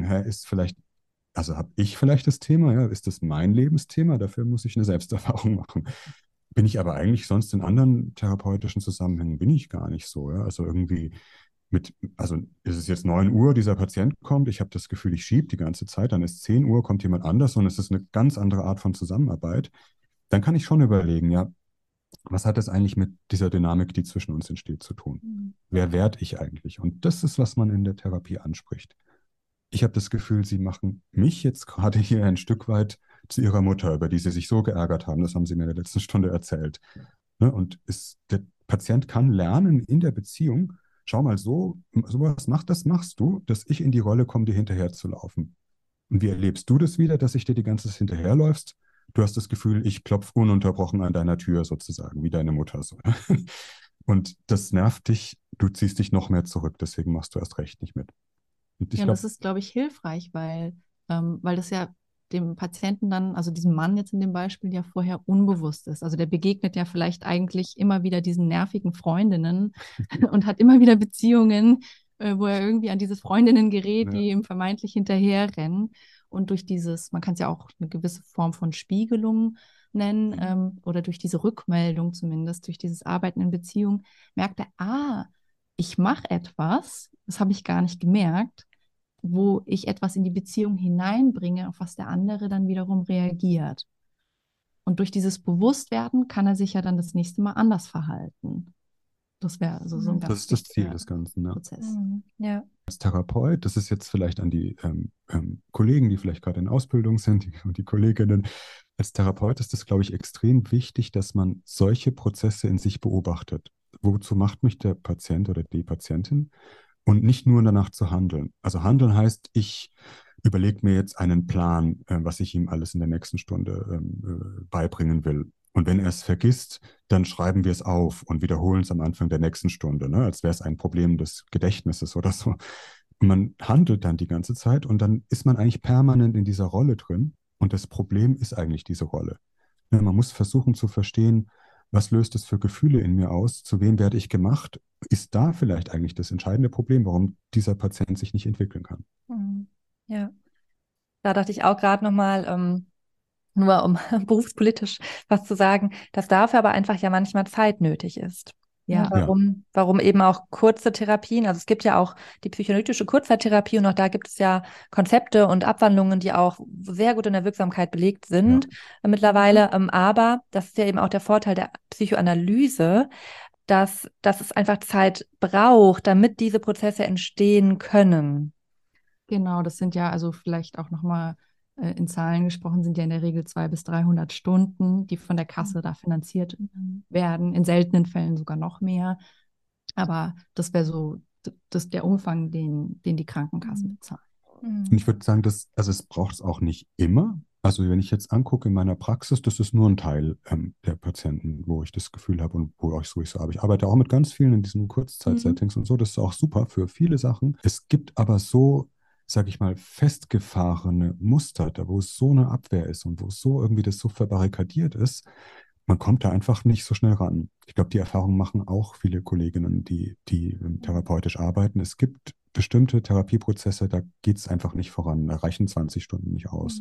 also habe ich vielleicht das Thema, ja, ist das mein Lebensthema? Dafür muss ich eine Selbsterfahrung machen. Bin ich aber eigentlich sonst in anderen therapeutischen Zusammenhängen bin ich gar nicht so, ja? Also irgendwie Also ist es jetzt 9 Uhr, dieser Patient kommt, ich habe das Gefühl, ich schiebe die ganze Zeit, dann ist 10 Uhr, kommt jemand anders und es ist eine ganz andere Art von Zusammenarbeit, dann kann ich schon überlegen, ja, was hat das eigentlich mit dieser Dynamik, die zwischen uns entsteht, zu tun? Wer werde ich eigentlich? Und das ist, was man in der Therapie anspricht. Ich habe das Gefühl, Sie machen mich jetzt gerade hier ein Stück weit zu Ihrer Mutter, über die Sie sich so geärgert haben. Das haben Sie mir in der letzten Stunde erzählt. Ne? Und der Patient kann lernen in der Beziehung, schau mal, sowas das machst du, dass ich in die Rolle komme, dir hinterher zu laufen. Und wie erlebst du das wieder, dass ich dir die ganze Zeit hinterherläufst? Du hast das Gefühl, ich klopfe ununterbrochen an deiner Tür sozusagen, wie deine Mutter so. Und das nervt dich, du ziehst dich noch mehr zurück, deswegen machst du erst recht nicht mit. Und ich Ja, und glaube, das ist, glaube ich, hilfreich, weil das ja dem Patienten dann, also diesem Mann jetzt in dem Beispiel, ja vorher unbewusst ist. Also der begegnet ja vielleicht eigentlich immer wieder diesen nervigen Freundinnen und hat immer wieder Beziehungen, wo er irgendwie an diese Freundinnen gerät, die ihm vermeintlich hinterherrennen. Und durch man kann es ja auch eine gewisse Form von Spiegelung nennen, oder durch diese Rückmeldung zumindest, durch dieses Arbeiten in Beziehung, merkt er, ich mache etwas, das habe ich gar nicht gemerkt, wo ich etwas in die Beziehung hineinbringe, auf was der andere dann wiederum reagiert. Und durch dieses Bewusstwerden kann er sich ja dann das nächste Mal anders verhalten. Das wäre also so ein das ganz ist das Ziel wichtiger des Ganzen. Ja. Prozess. Ja. Als Therapeut, das ist jetzt vielleicht an die Kollegen, die vielleicht gerade in Ausbildung sind und die Kolleginnen, als Therapeut ist es, glaube ich, extrem wichtig, dass man solche Prozesse in sich beobachtet. Wozu macht mich der Patient oder die Patientin? Und nicht nur danach zu handeln. Also handeln heißt, ich überlege mir jetzt einen Plan, was ich ihm alles in der nächsten Stunde beibringen will. Und wenn er es vergisst, dann schreiben wir es auf und wiederholen es am Anfang der nächsten Stunde, ne? Als wäre es ein Problem des Gedächtnisses oder so. Und man handelt dann die ganze Zeit und dann ist man eigentlich permanent in dieser Rolle drin. Und das Problem ist eigentlich diese Rolle. Ne, man muss versuchen zu verstehen, was löst es für Gefühle in mir aus? Zu wem werde ich gemacht? Ist da vielleicht eigentlich das entscheidende Problem, warum dieser Patient sich nicht entwickeln kann? Ja, da dachte ich auch gerade nochmal, nur um berufspolitisch was zu sagen, dass dafür aber einfach ja manchmal Zeit nötig ist. Ja. Warum eben auch kurze Therapien, also es gibt ja auch die psychoanalytische Kurzzeittherapie und auch da gibt es ja Konzepte und Abwandlungen, die auch sehr gut in der Wirksamkeit belegt sind mittlerweile. Aber das ist ja eben auch der Vorteil der Psychoanalyse, dass es einfach Zeit braucht, damit diese Prozesse entstehen können. Genau, das sind ja also vielleicht auch nochmal in Zahlen gesprochen, sind ja in der Regel 200 bis 300 Stunden, die von der Kasse da finanziert werden, in seltenen Fällen sogar noch mehr. Aber das wäre so der Umfang, den die Krankenkassen bezahlen. Und ich würde sagen, es braucht es auch nicht immer. Also wenn ich jetzt angucke in meiner Praxis, das ist nur ein Teil der Patienten, wo ich das Gefühl habe und wo ich so habe. Ich arbeite auch mit ganz vielen in diesen Kurzzeitsettings und so. Das ist auch super für viele Sachen. Es gibt aber so, sage ich mal, festgefahrene Muster, da wo es so eine Abwehr ist und wo es so irgendwie das so verbarrikadiert ist, man kommt da einfach nicht so schnell ran. Ich glaube, die Erfahrung machen auch viele Kolleginnen, die therapeutisch arbeiten. Es gibt bestimmte Therapieprozesse, da geht es einfach nicht voran. Da reichen 20 Stunden nicht aus.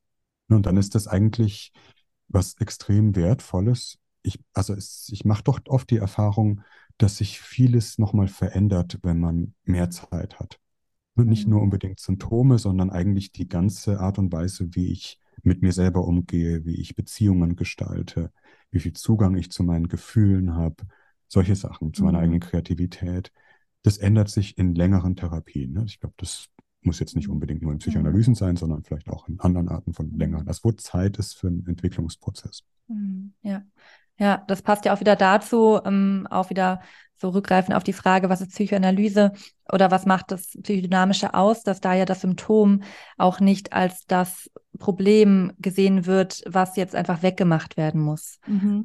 Und dann ist das eigentlich was extrem Wertvolles. Ich mache doch oft die Erfahrung, dass sich vieles nochmal verändert, wenn man mehr Zeit hat. Und nicht nur unbedingt Symptome, sondern eigentlich die ganze Art und Weise, wie ich mit mir selber umgehe, wie ich Beziehungen gestalte, wie viel Zugang ich zu meinen Gefühlen habe, solche Sachen, zu meiner eigenen Kreativität. Das ändert sich in längeren Therapien. Ne? Ich glaube, das muss jetzt nicht unbedingt nur in Psychoanalysen sein, sondern vielleicht auch in anderen Arten von längeren. Das, wo Zeit ist für einen Entwicklungsprozess. Ja. Ja, das passt ja auch wieder dazu, auch wieder so rückgreifend auf die Frage, was ist Psychoanalyse oder was macht das Psychodynamische aus, dass da ja das Symptom auch nicht als das Problem gesehen wird, was jetzt einfach weggemacht werden muss.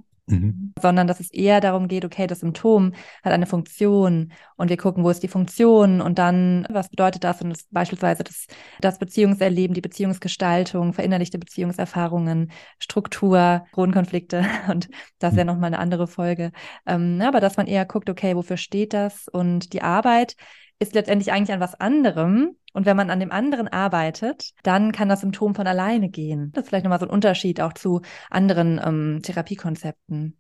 Sondern dass es eher darum geht, okay, das Symptom hat eine Funktion und wir gucken, wo ist die Funktion und dann, was bedeutet das? Und das beispielsweise das Beziehungserleben, die Beziehungsgestaltung, verinnerlichte Beziehungserfahrungen, Struktur, Grundkonflikte und das wäre nochmal eine andere Folge. Aber dass man eher guckt, okay, wofür steht das? Und die Arbeit ist letztendlich eigentlich an was anderem. Und wenn man an dem anderen arbeitet, dann kann das Symptom von alleine gehen. Das ist vielleicht nochmal so ein Unterschied auch zu anderen Therapiekonzepten.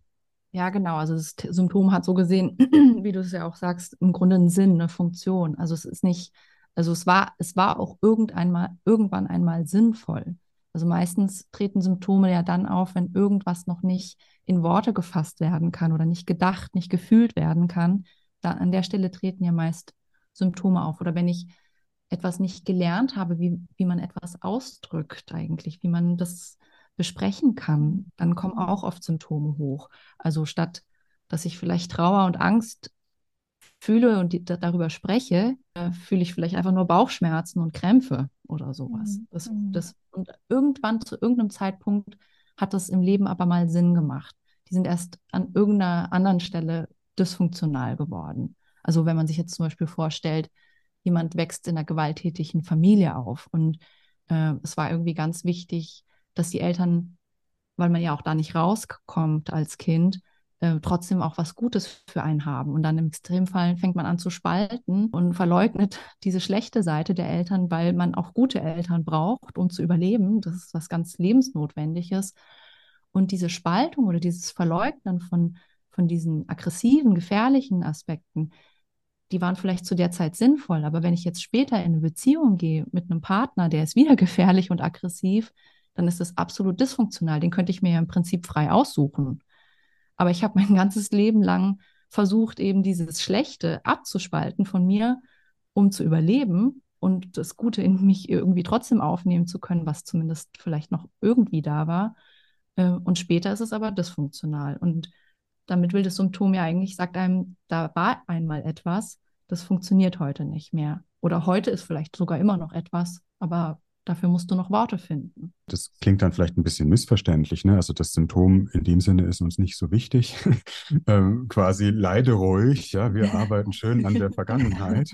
Ja, genau. Also das Symptom hat so gesehen, wie du es ja auch sagst, im Grunde einen Sinn, eine Funktion. Also es ist nicht, also es war auch irgendwann einmal sinnvoll. Also meistens treten Symptome ja dann auf, wenn irgendwas noch nicht in Worte gefasst werden kann oder nicht gedacht, nicht gefühlt werden kann. Dann an der Stelle treten ja meist Symptome auf. Oder wenn ich etwas nicht gelernt habe, wie man etwas ausdrückt eigentlich, wie man das besprechen kann, dann kommen auch oft Symptome hoch. Also statt, dass ich vielleicht Trauer und Angst fühle und darüber spreche, fühle ich vielleicht einfach nur Bauchschmerzen und Krämpfe oder sowas. Und irgendwann zu irgendeinem Zeitpunkt hat das im Leben aber mal Sinn gemacht. Die sind erst an irgendeiner anderen Stelle dysfunktional geworden. Also wenn man sich jetzt zum Beispiel vorstellt, jemand wächst in einer gewalttätigen Familie auf und es war irgendwie ganz wichtig, dass die Eltern, weil man ja auch da nicht rauskommt als Kind, trotzdem auch was Gutes für einen haben. Und dann im Extremfall fängt man an zu spalten und verleugnet diese schlechte Seite der Eltern, weil man auch gute Eltern braucht, um zu überleben. Das ist was ganz Lebensnotwendiges. Und diese Spaltung oder dieses Verleugnen von diesen aggressiven, gefährlichen Aspekten, die waren vielleicht zu der Zeit sinnvoll. Aber wenn ich jetzt später in eine Beziehung gehe mit einem Partner, der ist wieder gefährlich und aggressiv, dann ist das absolut dysfunktional. Den könnte ich mir ja im Prinzip frei aussuchen. Aber ich habe mein ganzes Leben lang versucht, eben dieses Schlechte abzuspalten von mir, um zu überleben und das Gute in mich irgendwie trotzdem aufnehmen zu können, was zumindest vielleicht noch irgendwie da war. Und später ist es aber dysfunktional. Und damit will das Symptom ja eigentlich, sagt einem, da war einmal etwas, das funktioniert heute nicht mehr. Oder heute ist vielleicht sogar immer noch etwas, aber dafür musst du noch Worte finden. Das klingt dann vielleicht ein bisschen missverständlich, ne? Also das Symptom in dem Sinne ist uns nicht so wichtig. Quasi leide ruhig, ja, wir arbeiten schön an der Vergangenheit.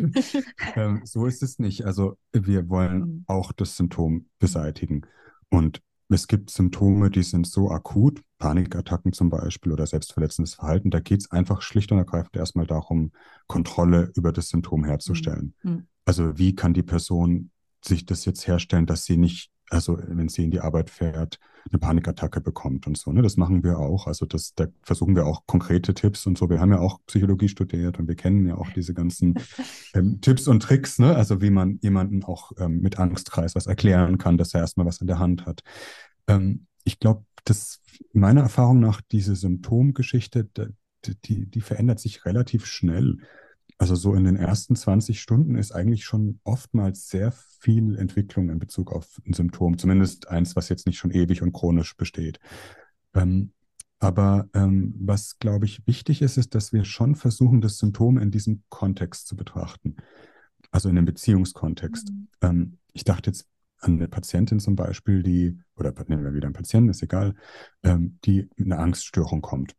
So ist es nicht. Also wir wollen auch das Symptom beseitigen. Und es gibt Symptome, die sind so akut, Panikattacken zum Beispiel oder selbstverletzendes Verhalten. Da geht es einfach schlicht und ergreifend erstmal darum, Kontrolle über das Symptom herzustellen. Also wie kann die Person sich das jetzt herstellen, dass sie nicht, also wenn sie in die Arbeit fährt, eine Panikattacke bekommt und so. Ne? Das machen wir auch. Also da versuchen wir auch konkrete Tipps und so. Wir haben ja auch Psychologie studiert und wir kennen ja auch diese ganzen Tipps und Tricks, ne? Also wie man jemanden auch mit Angstkreis was erklären kann, dass er erstmal was in der Hand hat. Ich glaube, dass meiner Erfahrung nach diese Symptomgeschichte, die verändert sich relativ schnell. Also so in den ersten 20 Stunden ist eigentlich schon oftmals sehr viel Entwicklung in Bezug auf ein Symptom, zumindest eins, was jetzt nicht schon ewig und chronisch besteht. Aber was, glaube ich, wichtig ist, ist, dass wir schon versuchen, das Symptom in diesem Kontext zu betrachten, also in dem Beziehungskontext. Ich dachte jetzt an eine Patientin zum Beispiel, oder nehmen wir wieder einen Patienten, ist egal, die mit einer Angststörung kommt.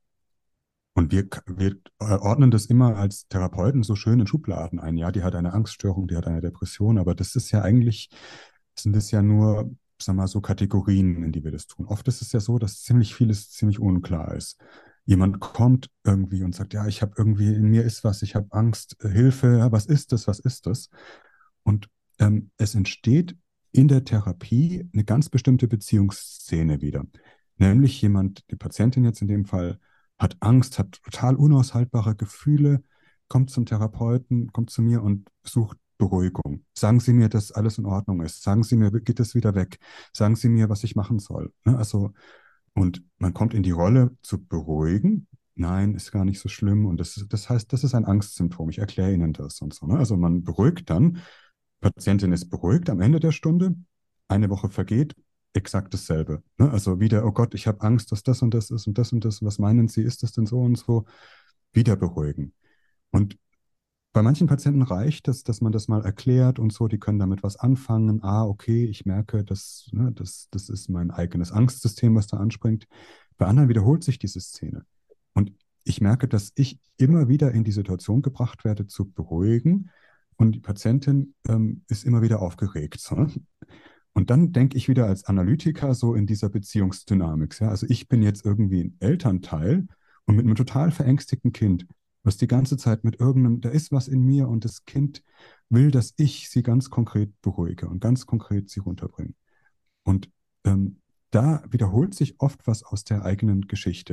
Und wir ordnen das immer als Therapeuten so schön in Schubladen ein. Ja, die hat eine Angststörung, die hat eine Depression, aber das ist ja eigentlich, sind es ja nur, sagen wir mal, so Kategorien, in die wir das tun. Oft ist es ja so, dass ziemlich vieles ziemlich unklar ist. Jemand kommt irgendwie und sagt, ja, ich habe irgendwie, in mir ist was, ich habe Angst, Hilfe, ja, was ist das, was ist das? Und es entsteht in der Therapie eine ganz bestimmte Beziehungsszene wieder. Nämlich die Patientin jetzt in dem Fall, hat Angst, hat total unaushaltbare Gefühle, kommt zum Therapeuten, kommt zu mir und sucht Beruhigung. Sagen Sie mir, dass alles in Ordnung ist. Sagen Sie mir, geht es wieder weg. Sagen Sie mir, was ich machen soll. Ne? Also, und man kommt in die Rolle zu beruhigen. Nein, ist gar nicht so schlimm. Und das heißt, das ist ein Angstsymptom. Ich erkläre Ihnen das und so. Ne? Also man beruhigt dann. Patientin ist beruhigt am Ende der Stunde. Eine Woche vergeht. Exakt dasselbe. Ne? Also wieder, oh Gott, ich habe Angst, dass das und das ist und das und das. Was meinen Sie, ist das denn so und so? Wieder beruhigen. Und bei manchen Patienten reicht es, dass man das mal erklärt und so, die können damit was anfangen. Ah, okay, ich merke, das ist mein eigenes Angstsystem, was da anspringt. Bei anderen wiederholt sich diese Szene. Und ich merke, dass ich immer wieder in die Situation gebracht werde, zu beruhigen. Und die Patientin ist immer wieder aufgeregt. So. Und dann denke ich wieder als Analytiker so in dieser Beziehungsdynamik. Ja? Also ich bin jetzt irgendwie ein Elternteil und mit einem total verängstigten Kind, was die ganze Zeit mit da ist was in mir und das Kind will, dass ich sie ganz konkret beruhige und ganz konkret sie runterbringe. Und da wiederholt sich oft was aus der eigenen Geschichte.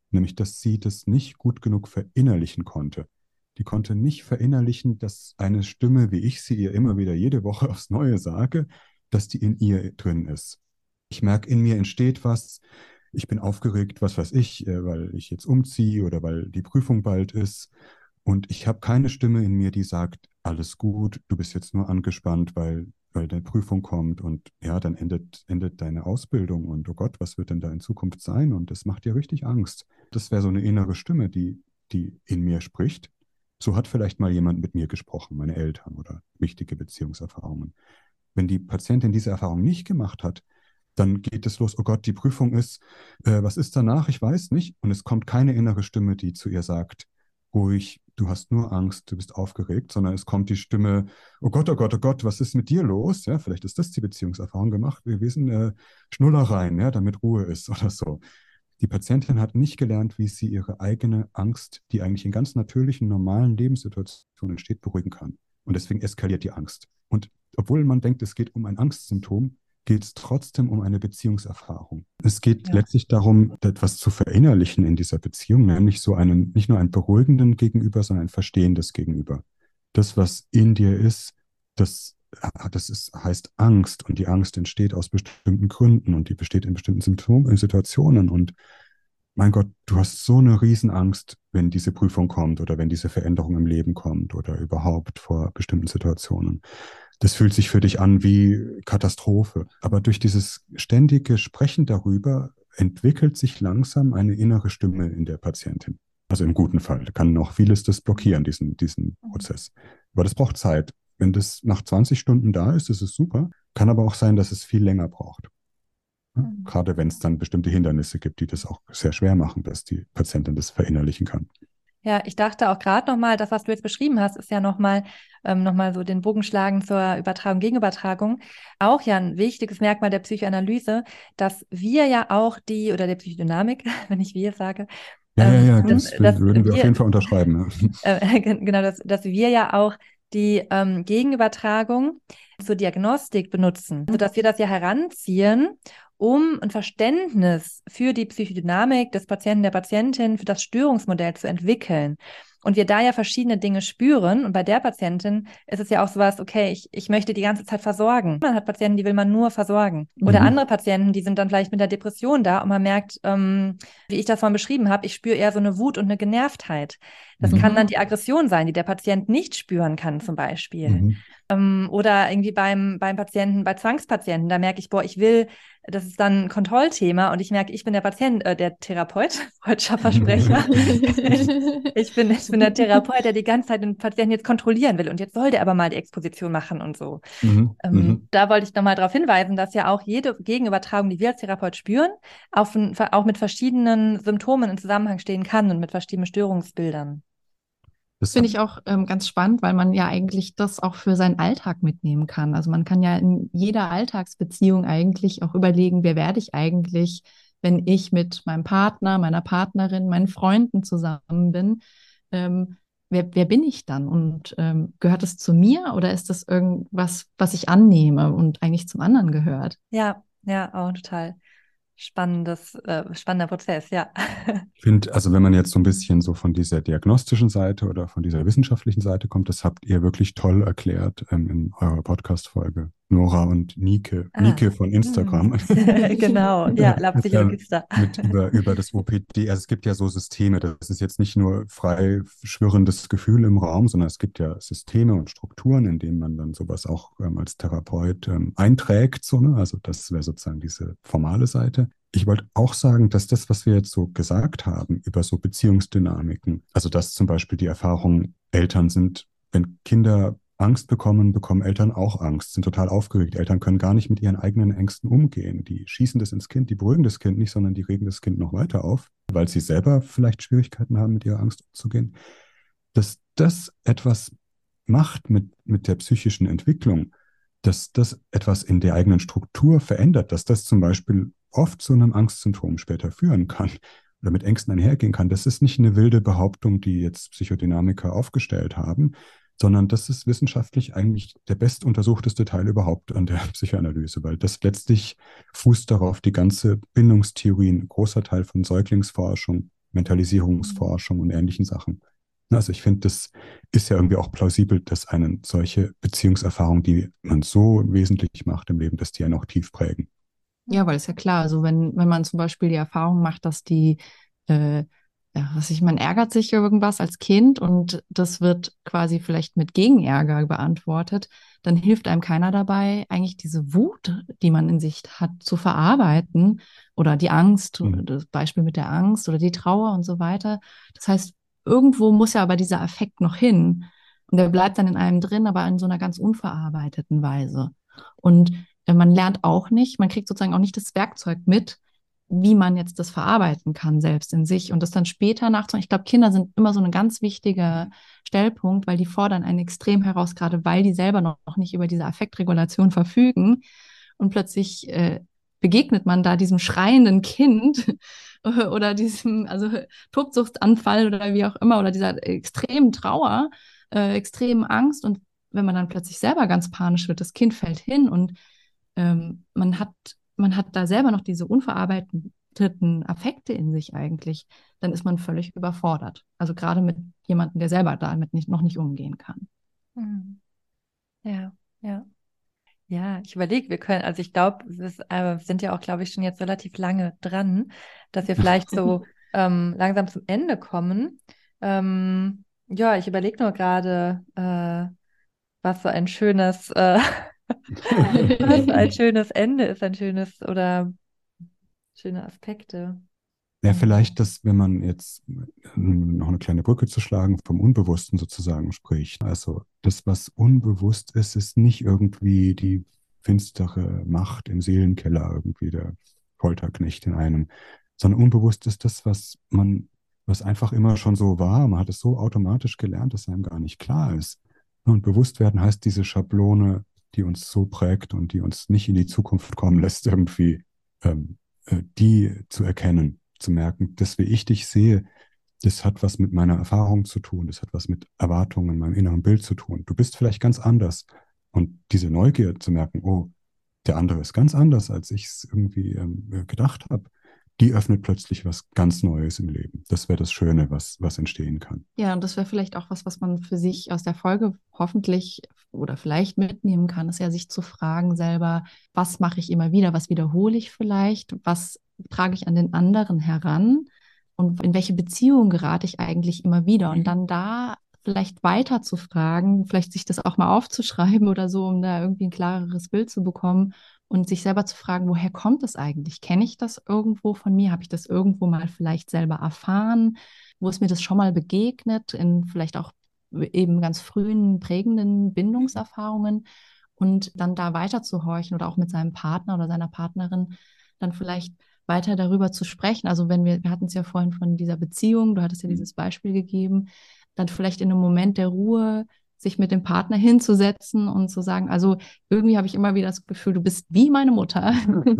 nämlich dass sie das nicht gut genug verinnerlichen konnte. Die konnte nicht verinnerlichen, dass eine Stimme, wie ich sie ihr immer wieder jede Woche aufs Neue sage, dass die in ihr drin ist. Ich merke, in mir entsteht was, ich bin aufgeregt, was weiß ich, weil ich jetzt umziehe oder weil die Prüfung bald ist. Und ich habe keine Stimme in mir, die sagt, alles gut, du bist jetzt nur angespannt, weil deine Prüfung kommt und ja, dann endet deine Ausbildung und oh Gott, was wird denn da in Zukunft sein? Und das macht dir richtig Angst. Das wäre so eine innere Stimme, die in mir spricht. So hat vielleicht mal jemand mit mir gesprochen, meine Eltern oder wichtige Beziehungserfahrungen. Wenn die Patientin diese Erfahrung nicht gemacht hat, dann geht es los, oh Gott, die Prüfung ist, was ist danach? Ich weiß nicht. Und es kommt keine innere Stimme, die zu ihr sagt, ruhig, du hast nur Angst, du bist aufgeregt, sondern es kommt die Stimme, oh Gott, oh Gott, oh Gott, was ist mit dir los? Ja, vielleicht ist das die Beziehungserfahrung gemacht gewesen, Schnullereien, ja, damit Ruhe ist oder so. Die Patientin hat nicht gelernt, wie sie ihre eigene Angst, die eigentlich in ganz natürlichen, normalen Lebenssituationen entsteht, beruhigen kann. Und deswegen eskaliert die Angst. Und obwohl man denkt, es geht um ein Angstsymptom, geht es trotzdem um eine Beziehungserfahrung. Es geht letztlich darum, etwas zu verinnerlichen in dieser Beziehung, nämlich so einen, nicht nur einen beruhigenden Gegenüber, sondern ein verstehendes Gegenüber. Das, was in dir ist, heißt Angst, und die Angst entsteht aus bestimmten Gründen und die besteht in bestimmten Situationen. Und mein Gott, du hast so eine Riesenangst, wenn diese Prüfung kommt oder wenn diese Veränderung im Leben kommt oder überhaupt vor bestimmten Situationen. Das fühlt sich für dich an wie Katastrophe. Aber durch dieses ständige Sprechen darüber entwickelt sich langsam eine innere Stimme in der Patientin. Also im guten Fall kann noch vieles das blockieren, diesen Prozess. Aber das braucht Zeit. Wenn das nach 20 Stunden da ist, ist es super. Kann aber auch sein, dass es viel länger braucht. Ja? Gerade wenn es dann bestimmte Hindernisse gibt, die das auch sehr schwer machen, dass die Patientin das verinnerlichen kann. Ja, ich dachte auch gerade nochmal, das, was du jetzt beschrieben hast, ist ja nochmal so den Bogen schlagen zur Übertragung, Gegenübertragung. Auch ja ein wichtiges Merkmal der Psychoanalyse, dass wir ja auch oder der Psychodynamik, wenn ich wir sage, das würden wir auf jeden Fall unterschreiben. Ja. Genau, dass wir ja auch die Gegenübertragung zur Diagnostik benutzen, sodass wir das ja heranziehen, um ein Verständnis für die Psychodynamik des Patienten, der Patientin, für das Störungsmodell zu entwickeln. Und wir da ja verschiedene Dinge spüren. Und bei der Patientin ist es ja auch sowas, okay, ich möchte die ganze Zeit versorgen. Man hat Patienten, die will man nur versorgen. Oder andere Patienten, die sind dann vielleicht mit der Depression da und man merkt, wie ich das vorhin beschrieben habe, ich spüre eher so eine Wut und eine Genervtheit. Das kann dann die Aggression sein, die der Patient nicht spüren kann zum Beispiel. Oder irgendwie beim Patienten, bei Zwangspatienten, da merke ich, ich will, das ist dann ein Kontrollthema und ich merke, ich bin der Patient, der Therapeut, freudscher Versprecher. Ich bin der Therapeut, der die ganze Zeit den Patienten jetzt kontrollieren will und jetzt soll der aber mal die Exposition machen und so. Da wollte ich nochmal darauf hinweisen, dass ja auch jede Gegenübertragung, die wir als Therapeut spüren, auch mit verschiedenen Symptomen in Zusammenhang stehen kann und mit verschiedenen Störungsbildern. Das finde ich auch ganz spannend, weil man ja eigentlich das auch für seinen Alltag mitnehmen kann. Also man kann ja in jeder Alltagsbeziehung eigentlich auch überlegen, wer werde ich eigentlich, wenn ich mit meinem Partner, meiner Partnerin, meinen Freunden zusammen bin. Wer bin ich dann? Und gehört es zu mir oder ist das irgendwas, was ich annehme und eigentlich zum anderen gehört? Ja, auch total. Spannender Prozess, ja. Ich finde, also wenn man jetzt so ein bisschen so von dieser diagnostischen Seite oder von dieser wissenschaftlichen Seite kommt, das habt ihr wirklich toll erklärt in eurer Podcast-Folge. Nora und Nike von Instagram. Genau, ja, La Psychologista. Über das OPD. Also es gibt ja so Systeme, das ist jetzt nicht nur frei schwirrendes Gefühl im Raum, sondern es gibt ja Systeme und Strukturen, in denen man dann sowas auch als Therapeut einträgt. So, ne? Also das wäre sozusagen diese formale Seite. Ich wollte auch sagen, dass das, was wir jetzt so gesagt haben über so Beziehungsdynamiken, also dass zum Beispiel die Erfahrung, Eltern sind, wenn Kinder Angst bekommen Eltern auch Angst, sind total aufgeregt. Eltern können gar nicht mit ihren eigenen Ängsten umgehen. Die schießen das ins Kind, die beruhigen das Kind nicht, sondern die regen das Kind noch weiter auf, weil sie selber vielleicht Schwierigkeiten haben, mit ihrer Angst umzugehen. Dass das etwas macht mit der psychischen Entwicklung, dass das etwas in der eigenen Struktur verändert, dass das zum Beispiel oft zu einem Angstsymptom später führen kann oder mit Ängsten einhergehen kann. Das ist nicht eine wilde Behauptung, die jetzt Psychodynamiker aufgestellt haben, sondern das ist wissenschaftlich eigentlich der bestuntersuchteste Teil überhaupt an der Psychoanalyse, weil das letztlich fußt darauf die ganze Bindungstheorie, ein großer Teil von Säuglingsforschung, Mentalisierungsforschung und ähnlichen Sachen. Also ich finde, das ist ja irgendwie auch plausibel, dass einen solche Beziehungserfahrungen, die man so wesentlich macht im Leben, dass die einen auch tief prägen. Ja, weil es ja klar, also wenn man zum Beispiel die Erfahrung macht, dass man ärgert sich über irgendwas als Kind und das wird quasi vielleicht mit Gegenärger beantwortet, dann hilft einem keiner dabei, eigentlich diese Wut, die man in sich hat, zu verarbeiten oder die Angst, das Beispiel mit der Angst oder die Trauer und so weiter. Das heißt, irgendwo muss ja aber dieser Affekt noch hin und der bleibt dann in einem drin, aber in so einer ganz unverarbeiteten Weise. Und man lernt auch nicht, man kriegt sozusagen auch nicht das Werkzeug mit, wie man jetzt das verarbeiten kann, selbst in sich und das dann später nachzuholen. Ich glaube, Kinder sind immer so ein ganz wichtiger Stellpunkt, weil die fordern einen extrem heraus, gerade weil die selber noch nicht über diese Affektregulation verfügen und plötzlich begegnet man da diesem schreienden Kind oder diesem Tobsuchtsanfall oder wie auch immer oder dieser extremen Trauer, extremen Angst und wenn man dann plötzlich selber ganz panisch wird, das Kind fällt hin und man hat da selber noch diese unverarbeiteten Affekte in sich eigentlich, dann ist man völlig überfordert. Also gerade mit jemandem, der selber damit noch nicht umgehen kann. Ja, ja. Ja, ich überlege, also ich glaube, wir sind ja auch, glaube ich, schon jetzt relativ lange dran, dass wir vielleicht so langsam zum Ende kommen. Ja, ich überlege nur gerade, was so ein schönes was ein schönes Ende ist, ein schönes oder schöne Aspekte. Ja, vielleicht, dass wenn man jetzt noch eine kleine Brücke zu schlagen, vom Unbewussten sozusagen spricht. Also das, was unbewusst ist, ist nicht irgendwie die finstere Macht im Seelenkeller, irgendwie der Folterknecht in einem, sondern unbewusst ist das, was einfach immer schon so war. Man hat es so automatisch gelernt, dass einem gar nicht klar ist. Und bewusst werden heißt diese Schablone, die uns so prägt und die uns nicht in die Zukunft kommen lässt, irgendwie die zu erkennen, zu merken, dass wie ich dich sehe, das hat was mit meiner Erfahrung zu tun, das hat was mit Erwartungen, meinem inneren Bild zu tun. Du bist vielleicht ganz anders. Und diese Neugier zu merken, oh, der andere ist ganz anders, als ich es irgendwie gedacht habe, die öffnet plötzlich was ganz Neues im Leben. Das wäre das Schöne, was entstehen kann. Ja, und das wäre vielleicht auch was man für sich aus der Folge hoffentlich oder vielleicht mitnehmen kann, ist ja sich zu fragen selber, was mache ich immer wieder, was wiederhole ich vielleicht, was trage ich an den anderen heran und in welche Beziehung gerate ich eigentlich immer wieder und dann da vielleicht weiter zu fragen, vielleicht sich das auch mal aufzuschreiben oder so, um da irgendwie ein klareres Bild zu bekommen und sich selber zu fragen, woher kommt es eigentlich? Kenne ich das irgendwo von mir? Habe ich das irgendwo mal vielleicht selber erfahren? Wo ist mir das schon mal begegnet? In vielleicht auch eben ganz frühen prägenden Bindungserfahrungen und dann da weiter zu horchen oder auch mit seinem Partner oder seiner Partnerin dann vielleicht weiter darüber zu sprechen. Also wenn wir hatten es ja vorhin von dieser Beziehung, du hattest ja dieses Beispiel gegeben, dann vielleicht in einem Moment der Ruhe sich mit dem Partner hinzusetzen und zu sagen, also irgendwie habe ich immer wieder das Gefühl, du bist wie meine Mutter.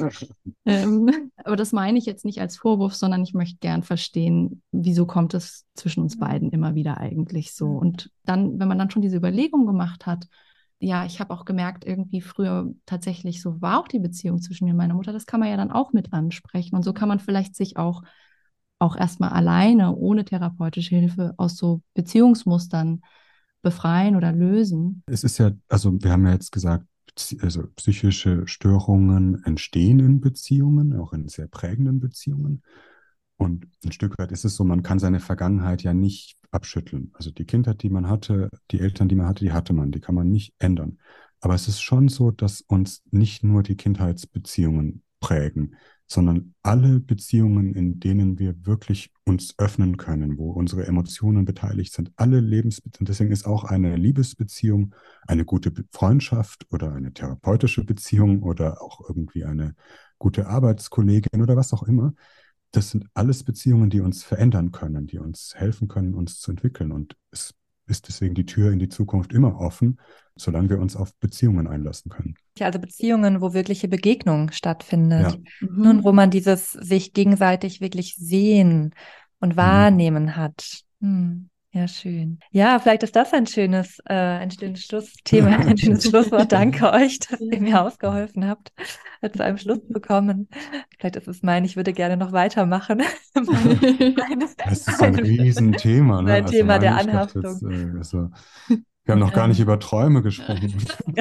Aber das meine ich jetzt nicht als Vorwurf, sondern ich möchte gern verstehen, wieso kommt es zwischen uns beiden immer wieder eigentlich so. Und dann, wenn man dann schon diese Überlegung gemacht hat, ja, ich habe auch gemerkt, irgendwie früher tatsächlich so war auch die Beziehung zwischen mir und meiner Mutter, das kann man ja dann auch mit ansprechen. Und so kann man vielleicht sich auch erstmal alleine, ohne therapeutische Hilfe, aus so Beziehungsmustern befreien oder lösen. Es ist ja, also wir haben ja jetzt gesagt, also psychische Störungen entstehen in Beziehungen, auch in sehr prägenden Beziehungen. Und ein Stück weit ist es so, man kann seine Vergangenheit ja nicht abschütteln. Also die Kindheit, die man hatte, die Eltern, die man hatte man, die kann man nicht ändern. Aber es ist schon so, dass uns nicht nur die Kindheitsbeziehungen prägen, sondern alle Beziehungen, in denen wir wirklich uns öffnen können, wo unsere Emotionen beteiligt sind, alle Lebensbeziehungen. Deswegen ist auch eine Liebesbeziehung, eine gute Freundschaft oder eine therapeutische Beziehung oder auch irgendwie eine gute Arbeitskollegin oder was auch immer. Das sind alles Beziehungen, die uns verändern können, die uns helfen können, uns zu entwickeln. Und es ist deswegen die Tür in die Zukunft immer offen, solange wir uns auf Beziehungen einlassen können. Also Beziehungen, wo wirkliche Begegnung stattfindet. Ja. Nun, wo man dieses sich gegenseitig wirklich sehen und wahrnehmen hat. Ja, schön. Ja, vielleicht ist das ein schönes Schlussthema, ein schönes Schlusswort. Danke euch, dass ihr mir ausgeholfen habt, zu einem Schluss zu kommen. Vielleicht ist es ich würde gerne noch weitermachen. Es ist ein Riesenthema, ne? Ein Thema der ich dachte Anhaftung. jetzt, wir haben noch gar nicht über Träume gesprochen.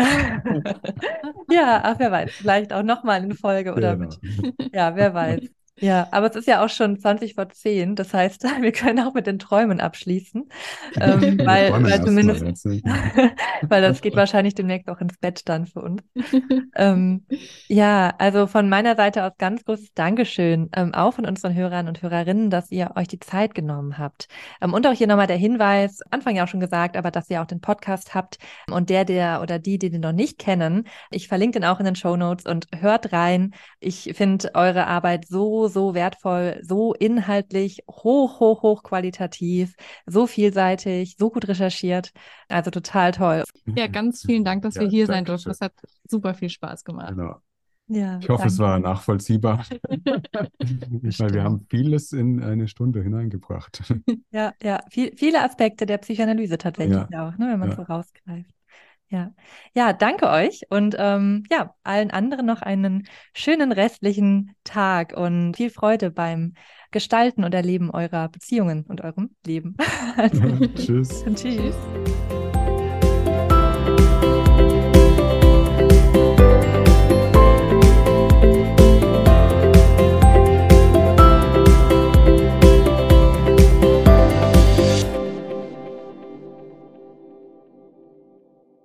Ja, ach, wer weiß, vielleicht auch nochmal in Folge oder Genau. ja, wer weiß. Ja, aber es ist ja auch schon 20 vor 10, das heißt, wir können auch mit den Träumen abschließen, weil Träumen erst zumindest, mal jetzt, ne? weil das geht wahrscheinlich demnächst auch ins Bett dann für uns. Ja, also von meiner Seite aus ganz großes Dankeschön, auch von unseren Hörern und Hörerinnen, dass ihr euch die Zeit genommen habt. Und auch hier nochmal der Hinweis, Anfang ja auch schon gesagt, aber dass ihr auch den Podcast habt und der oder die den noch nicht kennen, ich verlinke den auch in den Shownotes und hört rein. Ich finde eure Arbeit so wertvoll, so inhaltlich, hoch qualitativ, so vielseitig, so gut recherchiert. Also total toll. Ja, ganz vielen Dank, dass wir hier sein durften. Das hat super viel Spaß gemacht. Genau. Ja, Ich hoffe, es war nachvollziehbar. Weil wir haben vieles in eine Stunde hineingebracht. Ja, viele Aspekte der Psychoanalyse tatsächlich auch, ne, wenn man Ja. so rausgreift. Ja, danke euch und ja, allen anderen noch einen schönen restlichen Tag und viel Freude beim Gestalten und Erleben eurer Beziehungen und eurem Leben. Also, Tschüss. tschüss.